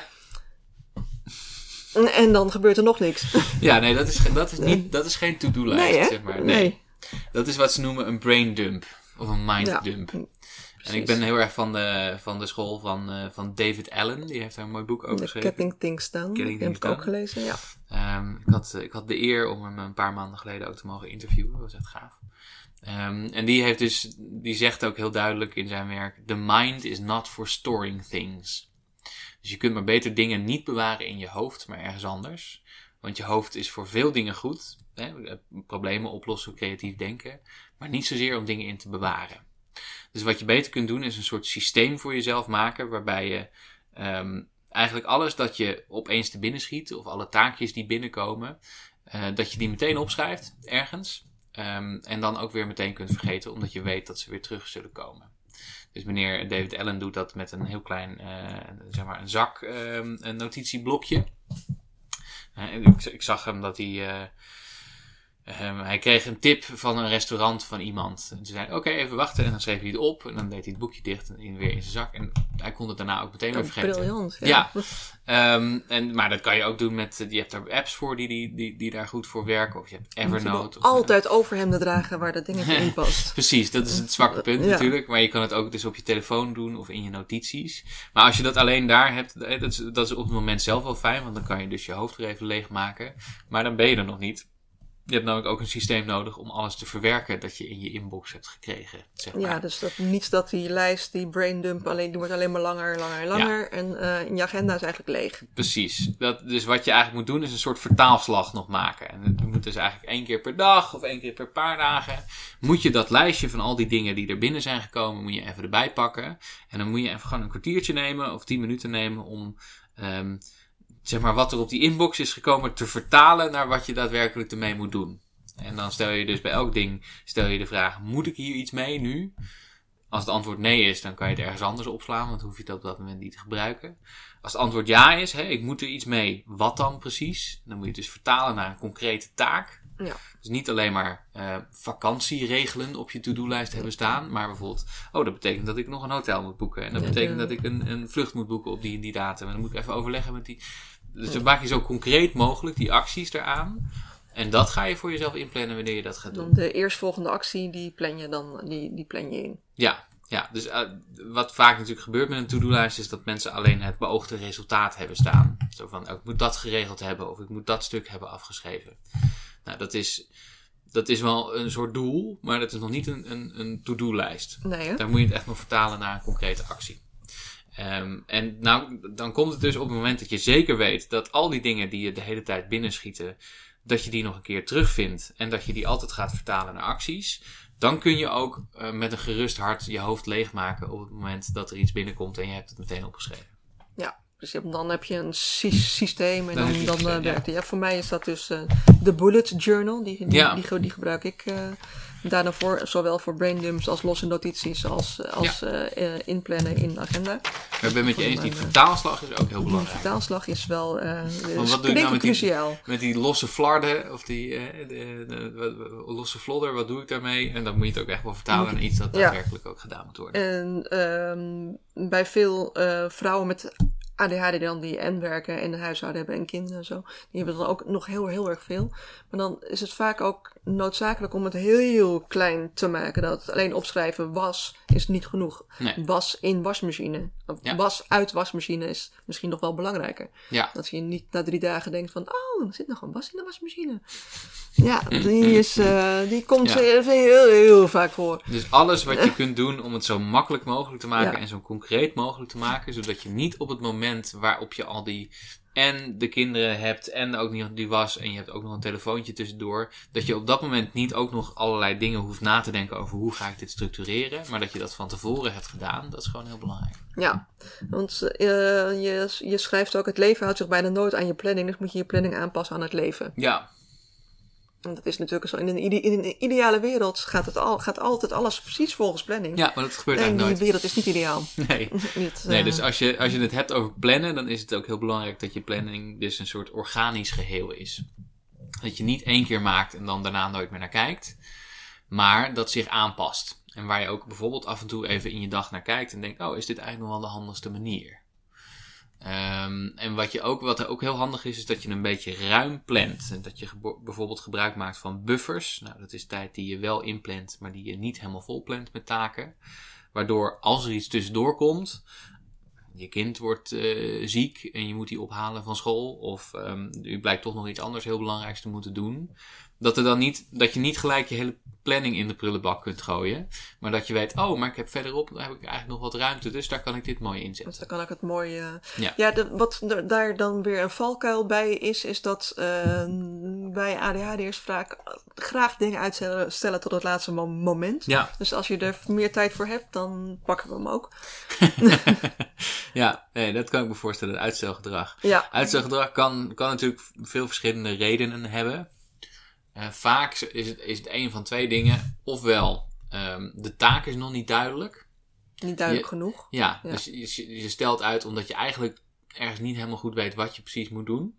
En, en dan gebeurt er nog niks. Ja, nee, dat is, dat is, niet, dat is geen to-do-lijst, nee, zeg maar. Nee. nee. Dat is wat ze noemen een brain dump. Of een mind ja. dump. Precies. En ik ben heel erg van de, van de school van, uh, van David Allen. Die heeft daar een mooi boek over The geschreven. Getting Things Done. Getting Die heb Things ik ook gelezen, ja. Um, ik, had, ik had de eer om hem een paar maanden geleden ook te mogen interviewen. Dat was echt gaaf. Um, en die heeft dus, die zegt ook heel duidelijk in zijn werk: the mind is not for storing things. Dus je kunt maar beter dingen niet bewaren in je hoofd, maar ergens anders. Want je hoofd is voor veel dingen goed. Hè? Problemen oplossen, creatief denken. Maar niet zozeer om dingen in te bewaren. Dus wat je beter kunt doen is een soort systeem voor jezelf maken. Waarbij je um, eigenlijk alles dat je opeens te binnen schiet. Of alle taakjes die binnenkomen. Uh, dat je die meteen opschrijft ergens. Um, en dan ook weer meteen kunt vergeten. Omdat je weet dat ze weer terug zullen komen. Dus meneer David Allen doet dat met een heel klein, uh, zeg maar een zak, uh, een notitieblokje. Uh, ik, ik zag hem dat hij, uh, um, hij kreeg een tip van een restaurant van iemand. En ze zei, oké, okay, even wachten. En dan schreef hij het op. En dan deed hij het boekje dicht en weer in zijn zak. En hij kon het daarna ook meteen weer vergeten. Briljant, ja. ja. Um, en, maar dat kan je ook doen met, je hebt daar apps voor die, die, die, die daar goed voor werken. Of je hebt Evernote. Of, altijd uh, overhemden dragen waar dat dingetje in past. Precies, dat is het zwakke punt ja. natuurlijk. Maar je kan het ook dus op je telefoon doen of in je notities. Maar als je dat alleen daar hebt, dat is, dat is op het moment zelf wel fijn. Want dan kan je dus je hoofd er even leegmaken. Maar dan ben je er nog niet. Je hebt namelijk ook een systeem nodig om alles te verwerken dat je in je inbox hebt gekregen. Zeg maar. Ja, dus dat, niet dat die lijst, die braindump, alleen, die wordt alleen maar langer, langer en langer. Ja. En uh, in je agenda is eigenlijk leeg. Precies. Dat, dus wat je eigenlijk moet doen is een soort vertaalslag nog maken. En je moet dus eigenlijk één keer per dag of één keer per paar dagen, moet je dat lijstje van al die dingen die er binnen zijn gekomen, moet je even erbij pakken. En dan moet je even gewoon een kwartiertje nemen of tien minuten nemen om Um, zeg maar wat er op die inbox is gekomen te vertalen naar wat je daadwerkelijk ermee moet doen. En dan stel je dus bij elk ding, stel je de vraag, moet ik hier iets mee nu? Als het antwoord nee is, dan kan je het ergens anders opslaan, want dan hoef je het op dat moment niet te gebruiken. Als het antwoord ja is, hè, ik moet er iets mee, wat dan precies? Dan moet je het dus vertalen naar een concrete taak. Ja. Dus niet alleen maar uh, vakantieregelen op je to-do-lijst hebben staan, maar bijvoorbeeld, oh, dat betekent dat ik nog een hotel moet boeken. En dat ja, betekent ja. dat ik een, een vlucht moet boeken op die en die datum. En dan moet ik even overleggen met die. Dus dan maak je zo concreet mogelijk die acties eraan. En dat ga je voor jezelf inplannen wanneer je dat gaat doen. De eerstvolgende actie, die plan je dan die, die plan je in. Ja, ja. Dus uh, wat vaak natuurlijk gebeurt met een to-do-lijst is dat mensen alleen het beoogde resultaat hebben staan. Zo van, oh, ik moet dat geregeld hebben of ik moet dat stuk hebben afgeschreven. Nou, dat is, dat is wel een soort doel, maar dat is nog niet een, een, een to-do-lijst. Nee, hè? Daar moet je het echt nog vertalen naar een concrete actie. Um, en nou, dan komt het dus op het moment dat je zeker weet dat al die dingen die je de hele tijd binnenschieten, dat je die nog een keer terugvindt en dat je die altijd gaat vertalen naar acties. Dan kun je ook uh, met een gerust hart je hoofd leegmaken op het moment dat er iets binnenkomt en je hebt het meteen opgeschreven. Ja, dus je hebt, dan heb je een sy- systeem en dan, dan, dan uh, werkt het. Ja, voor mij is dat dus uh, de bullet journal, die, die, ja. die, die, die gebruik ik uh, daarna voor, zowel voor braindumps als losse notities als, als ja. uh, uh, inplannen in de agenda. Maar ik ben met je eens, die uh, vertaalslag is ook heel belangrijk. Die vertaalslag is wel uh, Want wat doe je nou met cruciaal. Die, met die losse flarden of die uh, de, de, de, de, losse vlodder, wat doe ik daarmee? En dan moet je het ook echt wel vertalen naar iets dat daadwerkelijk ja. ook gedaan moet worden. En um, bij veel uh, vrouwen met A D H D dan die en werken en een huishouden hebben en kinderen en zo. Die hebben dan ook nog heel, heel erg veel. Maar dan is het vaak ook noodzakelijk om het heel, heel klein te maken. Dat alleen opschrijven was is niet genoeg. Nee. Was in wasmachine. Of ja. Was uit wasmachine is misschien nog wel belangrijker. Ja. Dat je niet na drie dagen denkt van, oh, er zit nog een was in de wasmachine. Ja, die, is, uh, die komt ja. heel, heel, heel vaak voor. Dus alles wat je kunt doen om het zo makkelijk mogelijk te maken ja. en zo concreet mogelijk te maken, zodat je niet op het moment waarop je al die en de kinderen hebt en ook niet die was en je hebt ook nog een telefoontje tussendoor, dat je op dat moment niet ook nog allerlei dingen hoeft na te denken over hoe ga ik dit structureren, maar dat je dat van tevoren hebt gedaan, dat is gewoon heel belangrijk. Ja, want uh, je, je schrijft ook, het leven houdt zich bijna nooit aan je planning, dus moet je je planning aanpassen aan het leven. Ja. En dat is natuurlijk zo. In een, ide- in een ideale wereld gaat, het al, gaat altijd alles precies volgens planning. Ja, maar dat gebeurt en eigenlijk nooit. En die wereld is niet ideaal. Nee, niet, uh... nee dus als je, als je het hebt over plannen, dan is het ook heel belangrijk dat je planning dus een soort organisch geheel is. Dat je niet één keer maakt en dan daarna nooit meer naar kijkt, maar dat zich aanpast. En waar je ook bijvoorbeeld af en toe even in je dag naar kijkt en denkt, oh, is dit eigenlijk nog wel de handigste manier? Um, en wat, je ook, wat er ook heel handig is, is dat je een beetje ruim plant. En dat je gebo- bijvoorbeeld gebruik maakt van buffers. Nou, dat is tijd die je wel inplant, maar die je niet helemaal vol plant met taken. Waardoor als er iets tussendoor komt, je kind wordt uh, ziek en je moet die ophalen van school. Of um, u blijkt toch nog iets anders heel belangrijks te moeten doen. Dat, er dan niet, dat je niet gelijk je hele planning in de prullenbak kunt gooien. Maar dat je weet, oh, maar ik heb verderop heb ik eigenlijk nog wat ruimte. Dus daar kan ik dit mooi inzetten. Dus dan kan ik het mooi... Uh... Ja, ja de, wat er, daar dan weer een valkuil bij is, is dat uh, wij A D H D'ers vaak graag dingen uitstellen stellen tot het laatste mo- moment. Ja. Dus als je er meer tijd voor hebt, dan pakken we hem ook. Ja, nee, dat kan ik me voorstellen. Uitstelgedrag. Ja. Uitstelgedrag kan, kan natuurlijk veel verschillende redenen hebben. Uh, vaak is het, is het een van twee dingen. Ofwel, um, de taak is nog niet duidelijk. Niet duidelijk je, genoeg. Ja, ja. dus je, je stelt uit omdat je eigenlijk ergens niet helemaal goed weet wat je precies moet doen.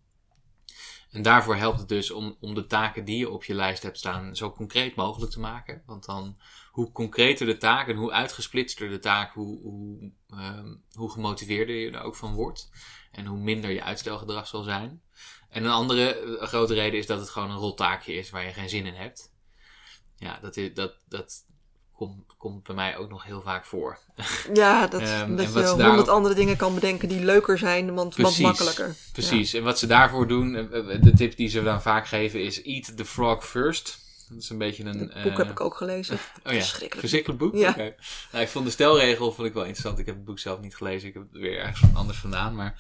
En daarvoor helpt het dus om, om de taken die je op je lijst hebt staan zo concreet mogelijk te maken. Want dan, hoe concreter de taak en hoe uitgesplitster de taak, hoe, hoe, um, hoe gemotiveerder je er ook van wordt. En hoe minder je uitstelgedrag zal zijn. En een andere een grote reden is dat het gewoon een rottaakje is waar je geen zin in hebt. Ja, dat, is, dat, dat komt, komt bij mij ook nog heel vaak voor. Ja, dat, um, dat je honderd daarop... andere dingen kan bedenken die leuker zijn, want wat makkelijker. Precies, ja. En wat ze daarvoor doen, de tip die ze dan vaak geven is eat the frog first. Dat is een beetje een... Het boek uh... heb ik ook gelezen. Oh ja, verschrikkelijk. verschrikkelijk boek? Ja. Okay. Nou, ik vond de stelregel vond ik wel interessant. Ik heb het boek zelf niet gelezen. Ik heb het weer ergens anders vandaan. Maar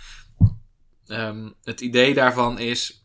um, het idee daarvan is...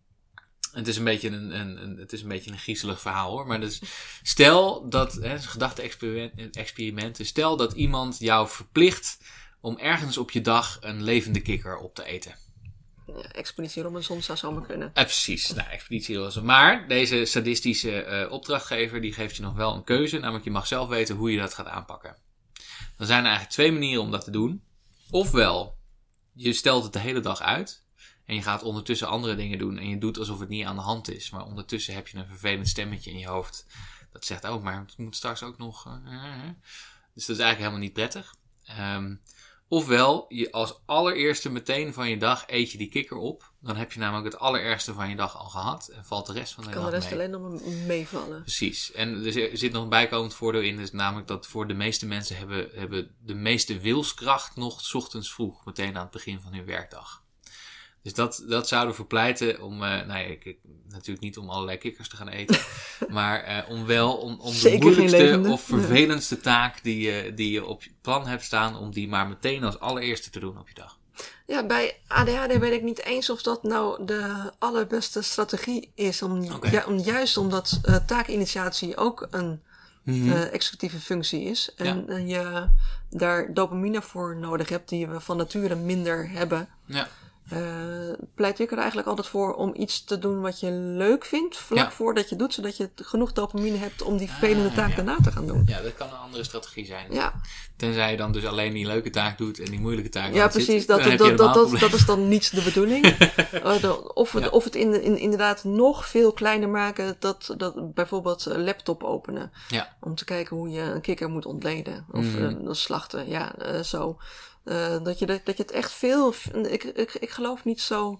Het is een beetje een, een, een, het is een, beetje een griezelig verhaal hoor. Maar dus, stel dat, hè, gedachte-experimenten, stel dat iemand jou verplicht om ergens op je dag een levende kikker op te eten. Ja, Expeditie Robinson zou zomaar kunnen. Eh, precies, nou, Expeditie Robinson. Maar deze sadistische uh, opdrachtgever die geeft je nog wel een keuze. Namelijk je mag zelf weten hoe je dat gaat aanpakken. Dan zijn er eigenlijk twee manieren om dat te doen. Ofwel, je stelt het de hele dag uit. En je gaat ondertussen andere dingen doen. En je doet alsof het niet aan de hand is. Maar ondertussen heb je een vervelend stemmetje in je hoofd. Dat zegt, oh, maar het moet straks ook nog... Uh, uh, uh. Dus dat is eigenlijk helemaal niet prettig. Um, ofwel, je als allereerste meteen van je dag eet je die kikker op. Dan heb je namelijk het allerergste van je dag al gehad. En valt de rest van de kan dag de rest mee. alleen nog meevallen. Precies. En er zit nog een bijkomend voordeel in. Dus namelijk dat voor de meeste mensen hebben, hebben de meeste wilskracht nog 's ochtends vroeg. Meteen aan het begin van hun werkdag. Dus dat, dat zou ervoor pleiten om, uh, nou ja, ik, ik, natuurlijk niet om allerlei kikkers te gaan eten, maar uh, om wel om, om de moeilijkste of vervelendste taak die je, die je op je plan hebt staan, om die maar meteen als allereerste te doen op je dag. Ja, bij A D H D weet ik niet eens of dat nou de allerbeste strategie is. Om, Okay. ja, om juist omdat uh, taakinitiatie ook een mm-hmm. uh, executieve functie is. En ja. uh, je daar dopamine voor nodig hebt die we van nature minder hebben. Ja. Uh, pleit ik er eigenlijk altijd voor om iets te doen wat je leuk vindt, vlak ja. voordat je doet, zodat je genoeg dopamine hebt om die vervelende ah, taak ja. daarna te gaan doen. Ja, dat kan een andere strategie zijn. Ja. Tenzij je dan dus alleen die leuke taak doet en die moeilijke taak Ja, precies. Zit, dat, dat, dat, dat, dat is dan niet de bedoeling. uh, of, het, ja. of het in, in, inderdaad nog veel kleiner maken, dat, dat bijvoorbeeld een laptop openen. Ja. Om te kijken hoe je een kikker moet ontleden. Of mm. uh, slachten. Ja, uh, zo. Uh, dat, je, dat, dat je het echt veel... Ik, ik, ik geloof niet zo...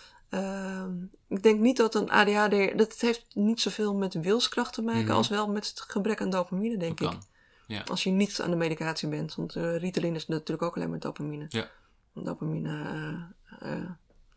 Uh, ik denk niet dat een A D H D... Dat het heeft niet zoveel met wilskracht te maken... Mm-hmm. als wel met het gebrek aan dopamine, denk ik. Ja. Als je niet aan de medicatie bent. Want uh, Ritalin is natuurlijk ook alleen maar dopamine. Ja. Dopamine... Uh, uh,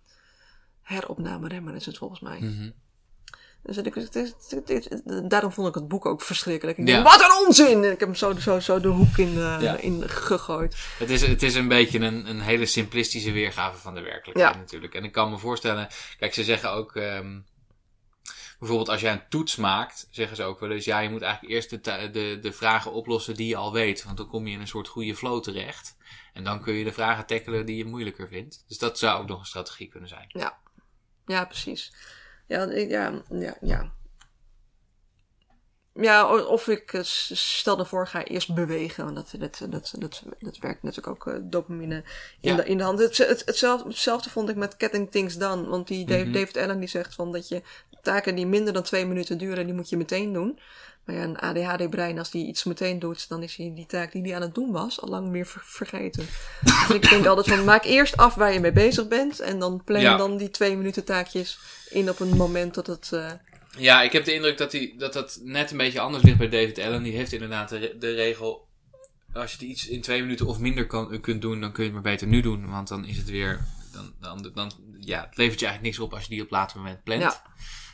heropname remmer is het volgens mij. Mm-hmm. Dus ik, het, het, het, het, daarom vond ik het boek ook verschrikkelijk. Ik ja. denk, wat een onzin! En ik heb hem zo, zo, zo de hoek in, uh, ja. in gegooid. Het is, het is een beetje een, een hele simplistische weergave van de werkelijkheid ja. natuurlijk. En ik kan me voorstellen... Kijk, ze zeggen ook... Um, bijvoorbeeld als jij een toets maakt... Zeggen ze ook wel eens... Ja, je moet eigenlijk eerst de, de, de vragen oplossen die je al weet. Want dan kom je in een soort goede flow terecht. En dan kun je de vragen tackelen die je moeilijker vindt. Dus dat zou ook nog een strategie kunnen zijn. Ja, ja precies. Ja, ja, ja, ja. Ja, of ik stel ervoor, ga eerst bewegen. Want dat, dat, dat, dat, dat werkt natuurlijk ook uh, dopamine in, ja. de, in de hand. Het, het, hetzelfde, hetzelfde vond ik met Getting Things Done. Want die mm-hmm. David Allen die zegt van dat je taken die minder dan twee minuten duren, die moet je meteen doen. Maar ja, een A D H D-brein, als die iets meteen doet, dan is hij die taak die hij aan het doen was al lang meer ver- vergeten. Dus ik denk altijd van, maak eerst af waar je mee bezig bent. En dan plan ja. dan die twee minuten taakjes in op een moment dat het... Uh... Ja, ik heb de indruk dat, die, dat dat net een beetje anders ligt bij David Allen. Die heeft inderdaad de, re- de regel, als je iets in twee minuten of minder kan, kunt doen, dan kun je het maar beter nu doen. Want dan is het weer, dan, dan, dan ja, het levert je eigenlijk niks op als je die op later moment plant. Ja.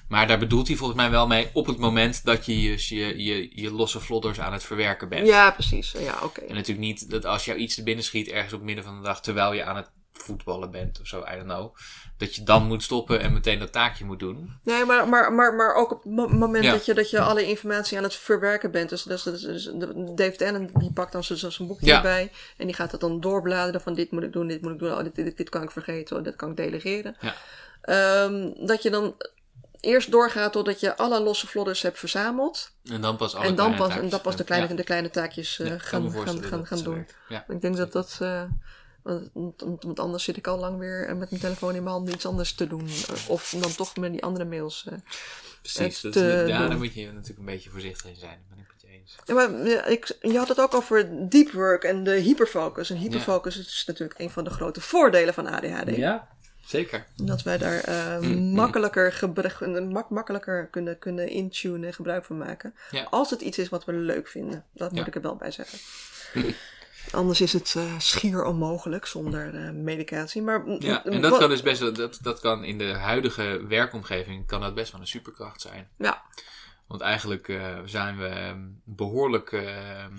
Maar daar bedoelt hij volgens mij wel mee op het moment dat je je, je, je, je losse vlodders aan het verwerken bent. Ja, precies. Ja, oké. Okay. En natuurlijk niet dat als jou iets te binnen schiet ergens op het midden van de dag terwijl je aan het voetballen bent of zo, I don't know. Dat je dan moet stoppen en meteen dat taakje moet doen. Nee, maar, maar, maar, maar ook op het mo- moment Ja. dat, je, dat je alle informatie aan het verwerken bent. Dus, dus, dus, dus David Allen die pakt dan zo'n zo boekje Ja. erbij. En die gaat het dan doorbladeren van dit moet ik doen, dit moet ik doen. Oh, dit, dit, dit kan ik vergeten, oh, dit kan ik delegeren. Ja. Um, dat je dan eerst doorgaat totdat je alle losse vlodders hebt verzameld. En dan pas alle En dan kleine pas, taakjes. en dan pas de kleine, Ja. de kleine taakjes uh, Ja, ik kan gaan, me gaan, voorstellen gaan, dat gaan het zo doen. werkt. Ja. Ik denk dat dat... Uh, Want, want anders zit ik al lang weer met mijn telefoon in mijn hand iets anders te doen. Of dan toch met die andere mails. Uh, Precies. Dat te is, ja, doen. daar moet je natuurlijk een beetje voorzichtig in zijn. Dat ben ik met je eens. Ja, maar ja, ik, je had het ook over deep work en de hyperfocus. En hyperfocus ja. is natuurlijk een van de grote voordelen van A D H D. Ja, zeker. Dat wij daar uh, mm, makkelijker, gebruik, mak, makkelijker kunnen, kunnen intunen en gebruik van maken. Ja. Als het iets is wat we leuk vinden. Dat moet ja. ik er wel bij zeggen. Anders is het uh, schier onmogelijk zonder uh, medicatie. Maar, ja, en dat kan dus best wel, dat, dat kan in de huidige werkomgeving kan dat best wel een superkracht zijn. Ja. Want eigenlijk uh, zijn we behoorlijk. Uh,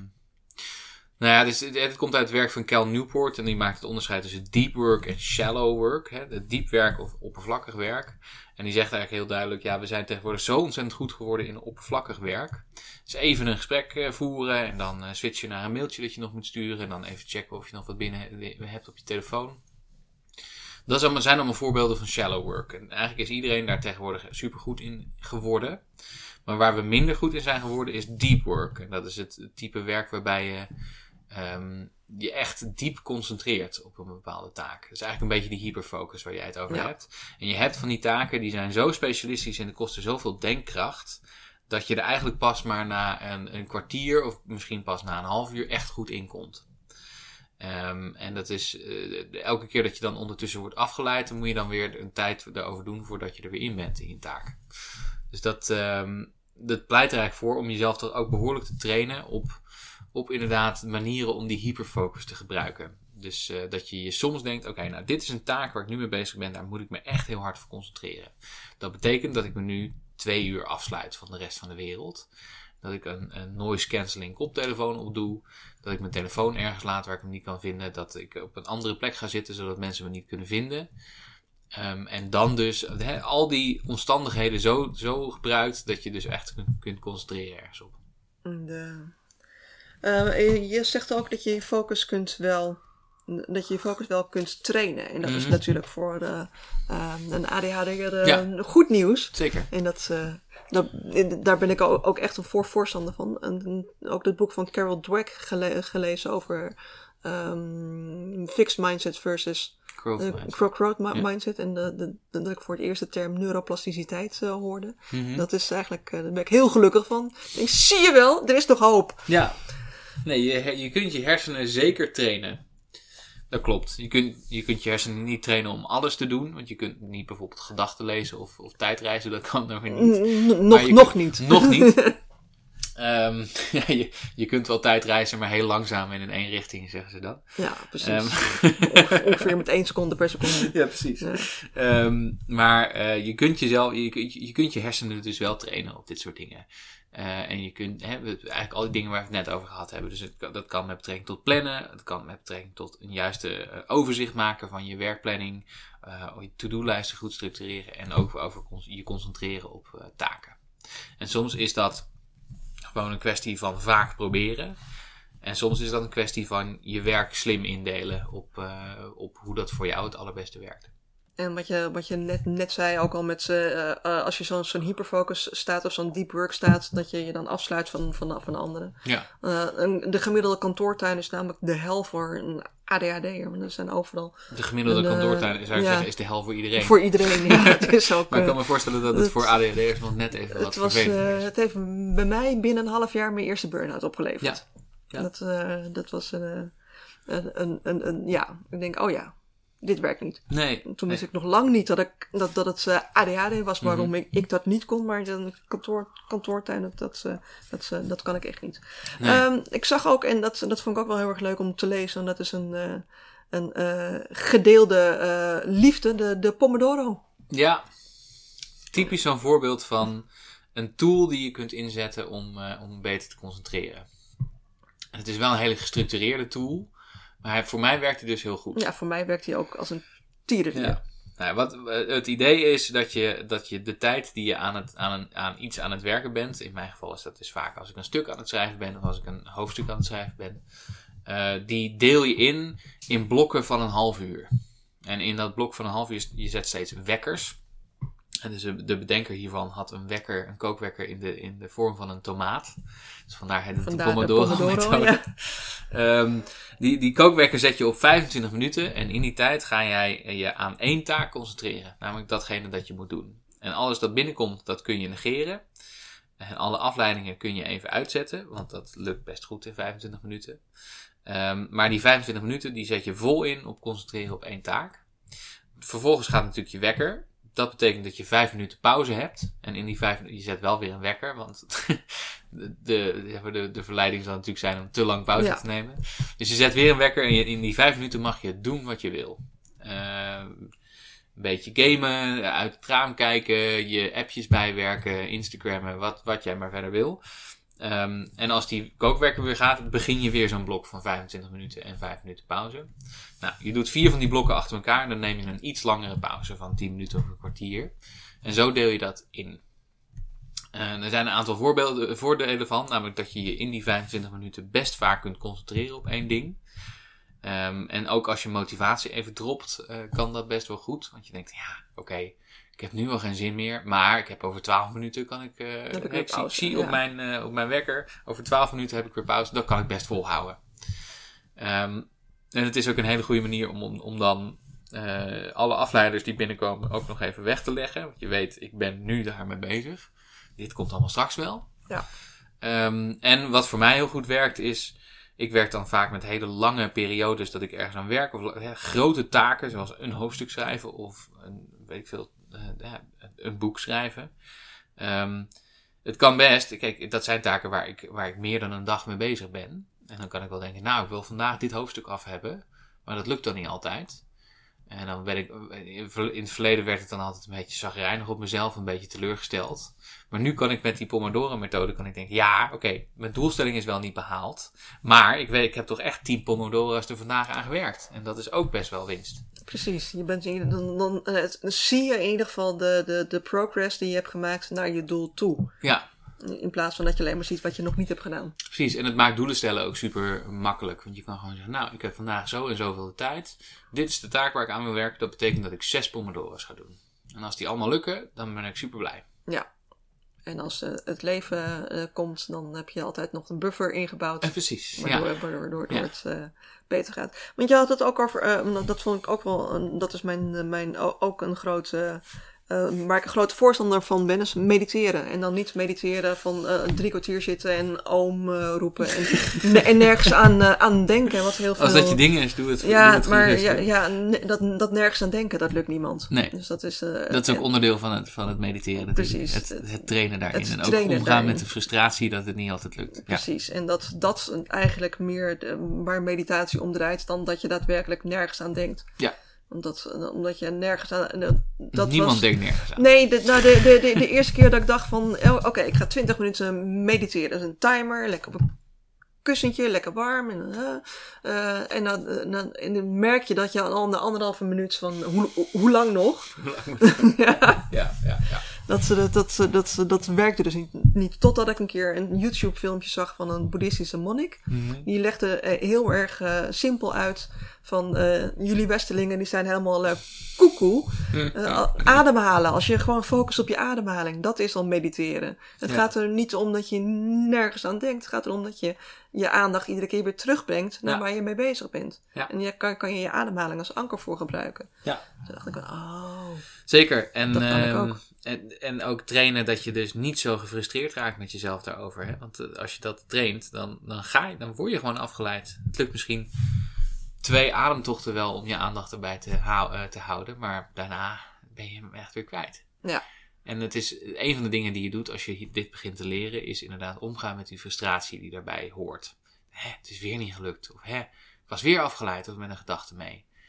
nou ja, dus, het komt uit het werk van Cal Newport en die maakt het onderscheid tussen deep work en shallow work. Hè, het diep werk of oppervlakkig werk. En die zegt eigenlijk heel duidelijk, ja, we zijn tegenwoordig zo ontzettend goed geworden in oppervlakkig werk. Dus even een gesprek uh, voeren en dan uh, switchen naar een mailtje dat je nog moet sturen. En dan even checken of je nog wat binnen hebt op je telefoon. Dat zijn allemaal voorbeelden van shallow work. En eigenlijk is iedereen daar tegenwoordig super goed in geworden. Maar waar we minder goed in zijn geworden is deep work. En dat is het, het type werk waarbij je um, je echt diep concentreert op een bepaalde taak. Dat is eigenlijk een beetje die hyperfocus waar jij het over ja. hebt. En je hebt van die taken die zijn zo specialistisch en die kosten zoveel denkkracht, dat je er eigenlijk pas maar na een, een kwartier of misschien pas na een half uur echt goed in komt. Um, en dat is uh, elke keer dat je dan ondertussen wordt afgeleid, dan moet je dan weer een tijd erover doen voordat je er weer in bent in je taak. Dus dat, um, dat pleit er eigenlijk voor om jezelf toch ook behoorlijk te trainen op, op inderdaad manieren om die hyperfocus te gebruiken. Dus uh, dat je je soms denkt, oké, okay, nou dit is een taak waar ik nu mee bezig ben, daar moet ik me echt heel hard voor concentreren. Dat betekent dat ik me nu twee uur afsluit van de rest van de wereld. Dat ik een, een noise cancelling koptelefoon opdoe. Dat ik mijn telefoon ergens laat waar ik hem niet kan vinden. Dat ik op een andere plek ga zitten zodat mensen me niet kunnen vinden. Um, en dan dus he, al die omstandigheden zo, zo gebruikt dat je dus echt kunt, kunt concentreren ergens op. De, uh, je zegt ook dat je je focus kunt wel... dat je je focus wel kunt trainen. En dat mm-hmm. is natuurlijk voor uh, uh, een A D H D'er uh, ja. goed nieuws. Zeker. En dat, uh, dat, daar ben ik ook echt een voor voorstander van. En ook het boek van Carol Dweck gele- gelezen over um, fixed mindset versus growth uh, mindset. Growth ma- ja. mindset. En de, de, de, dat ik voor het eerst de term neuroplasticiteit uh, hoorde. Mm-hmm. Dat is eigenlijk, uh, daar ben ik heel gelukkig van. Ik denk, zie je wel, er is nog hoop. Ja. Nee, je, je kunt je hersenen zeker trainen. Dat klopt. Je kunt, je kunt je hersenen niet trainen om alles te doen. Want je kunt niet bijvoorbeeld gedachten lezen of, of tijdreizen. Dat kan nog niet. N- nog, nog kunt, niet. Nog niet. um, ja, je, je kunt wel tijdreizen, maar heel langzaam en in één richting, zeggen ze dan. Ja, precies. Um, Ongeveer, ongeveer met één seconde per seconde. Ja, precies. Ja. Um, maar uh, je kunt jezelf, je, je kunt je hersenen dus wel trainen op dit soort dingen. Uh, en je kunt, hè, eigenlijk al die dingen waar we het net over gehad hebben. Dus het, dat kan met betrekking tot plannen. Het kan met betrekking tot een juiste uh, overzicht maken van je werkplanning. Uh, je to-do-lijsten goed structureren. En ook over je concentreren op uh, taken. En soms is dat gewoon een kwestie van vaak proberen. En soms is dat een kwestie van je werk slim indelen op, uh, op hoe dat voor jou het allerbeste werkt. En wat je, wat je net, net zei ook al met uh, uh, als je zo'n, zo'n hyperfocus staat of zo'n deep work staat, dat je je dan afsluit van, van, van anderen. Ja. Uh, een, de gemiddelde kantoortuin is namelijk de hel voor een A D H D'er. Want er zijn overal. De gemiddelde een, kantoortuin zou ik ja, zeggen, is de hel voor iedereen. Voor iedereen, ja. Het is ook, maar ik kan me voorstellen dat het, het voor A D H D'ers nog net even wat het was, vervelender is. Uh, het heeft bij mij binnen een half jaar mijn eerste burn-out opgeleverd. Ja. Ja. Dat, uh, dat was een, een, een, een, een. Ja, ik denk, oh ja. Dit werkt niet. Nee. Toen wist nee. ik nog lang niet dat, ik, dat, dat het uh, A D H D was waarom mm-hmm. ik, ik dat niet kon. Maar de kantoor, kantoortuin, dat, dat, uh, dat, uh, dat kan ik echt niet. Nee. Um, ik zag ook, en dat, dat vond ik ook wel heel erg leuk om te lezen. En dat is een, uh, een uh, gedeelde uh, liefde, de, de Pomodoro. Ja. typisch zo'n voorbeeld van een tool die je kunt inzetten om, uh, om beter te concentreren. En het is wel een hele gestructureerde tool, maar hij, voor mij werkt hij dus heel goed. Ja, voor mij werkt hij ook als een tierenlier. Ja. Nou, wat, het idee is dat je, dat je de tijd die je aan, het, aan, een, aan iets aan het werken bent, in mijn geval is dat dus vaak als ik een stuk aan het schrijven ben of als ik een hoofdstuk aan het schrijven ben, uh, die deel je in in blokken van een half uur. En in dat blok van een half uur, je zet steeds wekkers. En dus de bedenker hiervan had een wekker, een kookwekker in de, in de vorm van een tomaat. Dus vandaar het de Pomodoro-methode. Ja. Um, die, die kookwekker zet je op vijfentwintig minuten. En in die tijd ga jij je aan één taak concentreren. Namelijk datgene dat je moet doen. En alles dat binnenkomt, dat kun je negeren. En alle afleidingen kun je even uitzetten. Want dat lukt best goed in vijfentwintig minuten. Um, maar die vijfentwintig minuten, die zet je vol in op concentreren op één taak. Vervolgens gaat natuurlijk je wekker. Dat betekent dat je vijf minuten pauze hebt. En in die vijf minuten, je zet wel weer een wekker. Want de, de, de, de verleiding zal natuurlijk zijn om te lang pauze ja. te nemen. Dus je zet weer een wekker. En je, in die vijf minuten mag je doen wat je wil. Uh, een beetje gamen, uit het raam kijken, je appjes bijwerken, Instagrammen, wat, wat jij maar verder wil. Um, en als die kookwekker weer gaat, begin je weer zo'n blok van vijfentwintig minuten en vijf minuten pauze. Nou, je doet vier van die blokken achter elkaar en dan neem je een iets langere pauze van tien minuten of een kwartier. En zo deel je dat in. Uh, er zijn een aantal voorbeelden, voordelen van, namelijk dat je je in die vijfentwintig minuten best vaak kunt concentreren op één ding. Um, en ook als je motivatie even dropt, uh, kan dat best wel goed. Want je denkt, ja, oké. Okay, ik heb nu al geen zin meer, maar ik heb over twaalf minuten kan ik... Uh, heb ik, ik pauze, zie ja. op, mijn, uh, op mijn wekker, over twaalf minuten heb ik weer pauze. Dat kan ik best volhouden. Um, en het is ook een hele goede manier om, om, om dan uh, alle afleiders die binnenkomen ook nog even weg te leggen. Want je weet, ik ben nu daarmee bezig. Dit komt allemaal straks wel. Ja. Um, en wat voor mij heel goed werkt is... Ik werk dan vaak met hele lange periodes dat ik ergens aan werk. Of he, grote taken, zoals een hoofdstuk schrijven of een, weet ik veel, uh, ja, een boek schrijven. Um, het kan best. Kijk, dat zijn taken waar ik, waar ik meer dan een dag mee bezig ben. En dan kan ik wel denken, nou, ik wil vandaag dit hoofdstuk af hebben. Maar dat lukt dan niet altijd. En dan ben ik, in het verleden werd het dan altijd een beetje chagrijnig op mezelf, een beetje teleurgesteld. Maar nu kan ik met die Pomodoro-methode kan ik denken, ja, oké, okay, mijn doelstelling is wel niet behaald. Maar ik weet, ik heb toch echt tien Pomodoro's er vandaag aan gewerkt. En dat is ook best wel winst. Precies, je bent in, dan, dan, dan, dan zie je in ieder geval de, de, de progress die je hebt gemaakt naar je doel toe. Ja. In plaats van dat je alleen maar ziet wat je nog niet hebt gedaan. Precies, en het maakt doelen stellen ook super makkelijk. Want je kan gewoon zeggen, nou, ik heb vandaag zo en zoveel de tijd. Dit is de taak waar ik aan wil werken. Dat betekent dat ik zes Pomodoro's ga doen. En als die allemaal lukken, dan ben ik super blij. Ja, en als uh, het leven uh, komt, dan heb je altijd nog een buffer ingebouwd. En precies, waardoor, ja. Waardoor, waardoor, waardoor ja. het uh, beter gaat. Want je had het ook over, uh, dat vond ik ook wel, uh, dat is mijn, uh, mijn ook een grote... Uh, waar ik een grote voorstander van ben, is mediteren. En dan niet mediteren van uh, drie kwartier zitten en oom uh, roepen. En, ne- en nergens aan, uh, aan denken. Wat heel veel... Als dat je ding is, doe het. Ja, doe het maar goed, ja, ja, ne- dat, dat nergens aan denken, dat lukt niemand. Nee. Dus dat is, uh, dat is ook en, onderdeel van het, van het mediteren. Precies. Het, het trainen daarin. Het en ook trainen omgaan daarin. met de frustratie dat het niet altijd lukt. Precies. Ja. En dat dat eigenlijk meer de, waar meditatie om draait dan dat je daadwerkelijk nergens aan denkt. Ja. Omdat, omdat je nergens aan... Dat Niemand was, denkt nergens aan. Nee, de, nou, de, de, de, de eerste keer dat ik dacht van... Oh, Oké, okay, ik ga twintig minuten mediteren. Dat is een timer, lekker op een kussentje, lekker warm. En, uh, uh, en, dan, uh, dan, en dan merk je dat je al na anderhalve minuut van... Hoe, hoe lang nog? ja. Ja, ja, ja. Dat, dat, dat, dat, dat werkte dus niet, niet. Totdat ik een keer een YouTube filmpje zag van een boeddhistische monnik. Mm-hmm. Die legde uh, heel erg uh, simpel uit van uh, jullie Westelingen die zijn helemaal uh, koekoe. Uh, ademhalen. Als je gewoon focust op je ademhaling. Dat is al mediteren. Het ja. gaat er niet om dat je nergens aan denkt. Het gaat erom dat je je aandacht iedere keer weer terugbrengt naar ja. waar je mee bezig bent. Ja. En je kan, kan je je ademhaling als anker voor gebruiken. Ja. Toen dacht ik, oh. Zeker. En, dat kan ik ook. Um, en, en ook trainen dat je dus niet zo gefrustreerd raakt met jezelf daarover. Hè? Want uh, als je dat traint, dan, dan, ga je, dan word je gewoon afgeleid. Het lukt misschien twee ademtochten wel om je aandacht erbij te, hou, uh, te houden. Maar daarna ben je hem echt weer kwijt. Ja. En het is een van de dingen die je doet als je dit begint te leren, is inderdaad omgaan met die frustratie die daarbij hoort. Hè, het is weer niet gelukt. Of hè, ik was weer afgeleid of met een gedachte mee.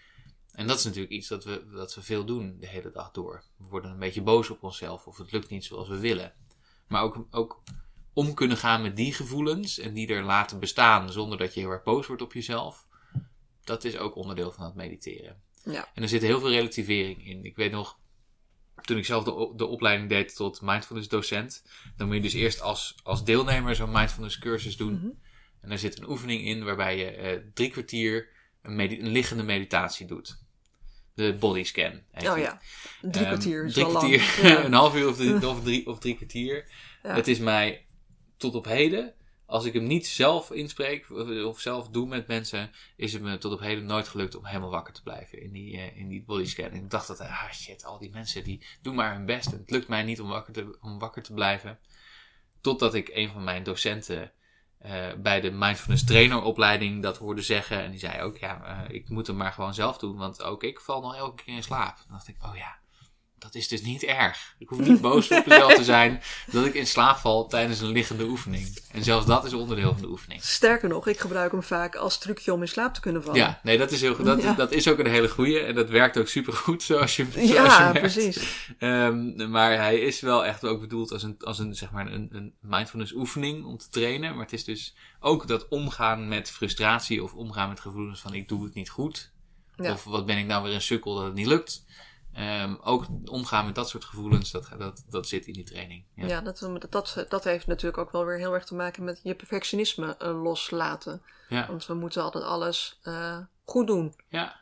En dat is natuurlijk iets dat we, dat we veel doen de hele dag door. We worden een beetje boos op onszelf of het lukt niet zoals we willen. Maar ook, ook om kunnen gaan met die gevoelens en die er laten bestaan zonder dat je heel erg boos wordt op jezelf. Dat is ook onderdeel van het mediteren. Ja. En er zit heel veel relativering in. Ik weet nog, toen ik zelf de, de opleiding deed tot mindfulness docent, dan moet je dus eerst als, als deelnemer zo'n mindfulness cursus doen. Mm-hmm. En daar zit een oefening in waarbij je eh, drie kwartier een, medi- een liggende meditatie doet. De body scan. Oh ja, drie kwartier is um, drie wel kwartier, lang. Ja. een half uur of drie, of drie, of drie kwartier. Ja. Het is mij tot op heden, als ik hem niet zelf inspreek of zelf doe met mensen, is het me tot op heden nooit gelukt om helemaal wakker te blijven in die, uh, in die body scan. En ik dacht dat, ah shit, al die mensen die doen maar hun best. En het lukt mij niet om wakker te, om wakker te blijven. Totdat ik een van mijn docenten uh, bij de mindfulness traineropleiding dat hoorde zeggen. En die zei ook, ja, uh, ik moet hem maar gewoon zelf doen, want ook ik val nog elke keer in slaap. Dan dacht ik, oh ja. Dat is dus niet erg. Ik hoef niet boos op mezelf te zijn dat ik in slaap val tijdens een liggende oefening. En zelfs dat is onderdeel van de oefening. Sterker nog, ik gebruik hem vaak als trucje om in slaap te kunnen vallen. Ja, nee, dat is, heel, dat, Ja. dat is ook een hele goeie. En dat werkt ook supergoed zoals je, zoals Ja, je merkt. precies. Um, maar hij is wel echt ook bedoeld als een, als een, zeg maar een, een mindfulness oefening om te trainen. Maar het is dus ook dat omgaan met frustratie of omgaan met gevoelens van ik doe het niet goed. Ja. Of wat ben ik nou weer een sukkel dat het niet lukt. Um, ook omgaan met dat soort gevoelens, dat, dat, dat zit in die training. Ja, Ja, dat, dat, dat heeft natuurlijk ook wel weer heel erg te maken met je perfectionisme uh, loslaten. ja. Want we moeten altijd alles uh, goed doen. ja.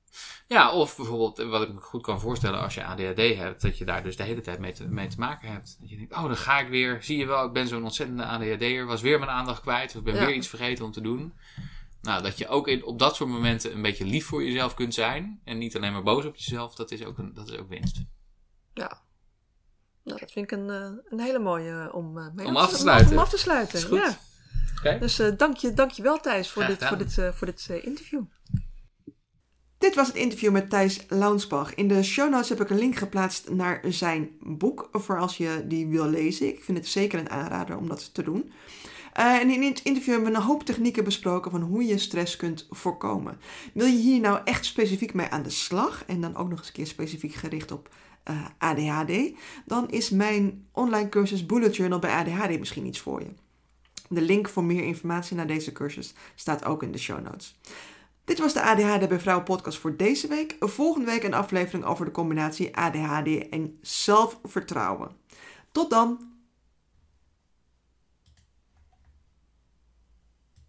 Ja, of bijvoorbeeld, wat ik me goed kan voorstellen als je A D H D hebt, dat je daar dus de hele tijd mee te, mee te maken hebt. Dat je denkt, oh, dan ga ik weer, zie je wel, ik ben zo'n ontzettende A D H D'er, was weer mijn aandacht kwijt, of ik ben Ja. weer iets vergeten om te doen. Nou, dat je ook in, op dat soort momenten een beetje lief voor jezelf kunt zijn en niet alleen maar boos op jezelf, dat is ook, een, dat is ook winst. Ja. Nou, dat vind ik een, uh, een hele mooie uh, om, uh, mee Om af, af te sluiten. Om af te sluiten, Is goed. ja. Okay. Dus uh, dank, je, dank je wel, Thijs, voor Graag dit, voor gedaan. dit, uh, voor dit uh, interview. Dit was het interview met Thijs Launsbach. In de show notes heb ik een link geplaatst naar zijn boek, voor als je die wil lezen. Ik vind het zeker een aanrader om dat te doen. Uh, en in het interview hebben we een hoop technieken besproken van hoe je stress kunt voorkomen. Wil je hier nou echt specifiek mee aan de slag en dan ook nog eens een keer specifiek gericht op uh, A D H D, dan is mijn online cursus Bullet Journal bij A D H D misschien iets voor je. De link voor meer informatie naar deze cursus staat ook in de show notes. Dit was de A D H D bij Vrouwen podcast voor deze week. Volgende week een aflevering over de combinatie A D H D en zelfvertrouwen. Tot dan!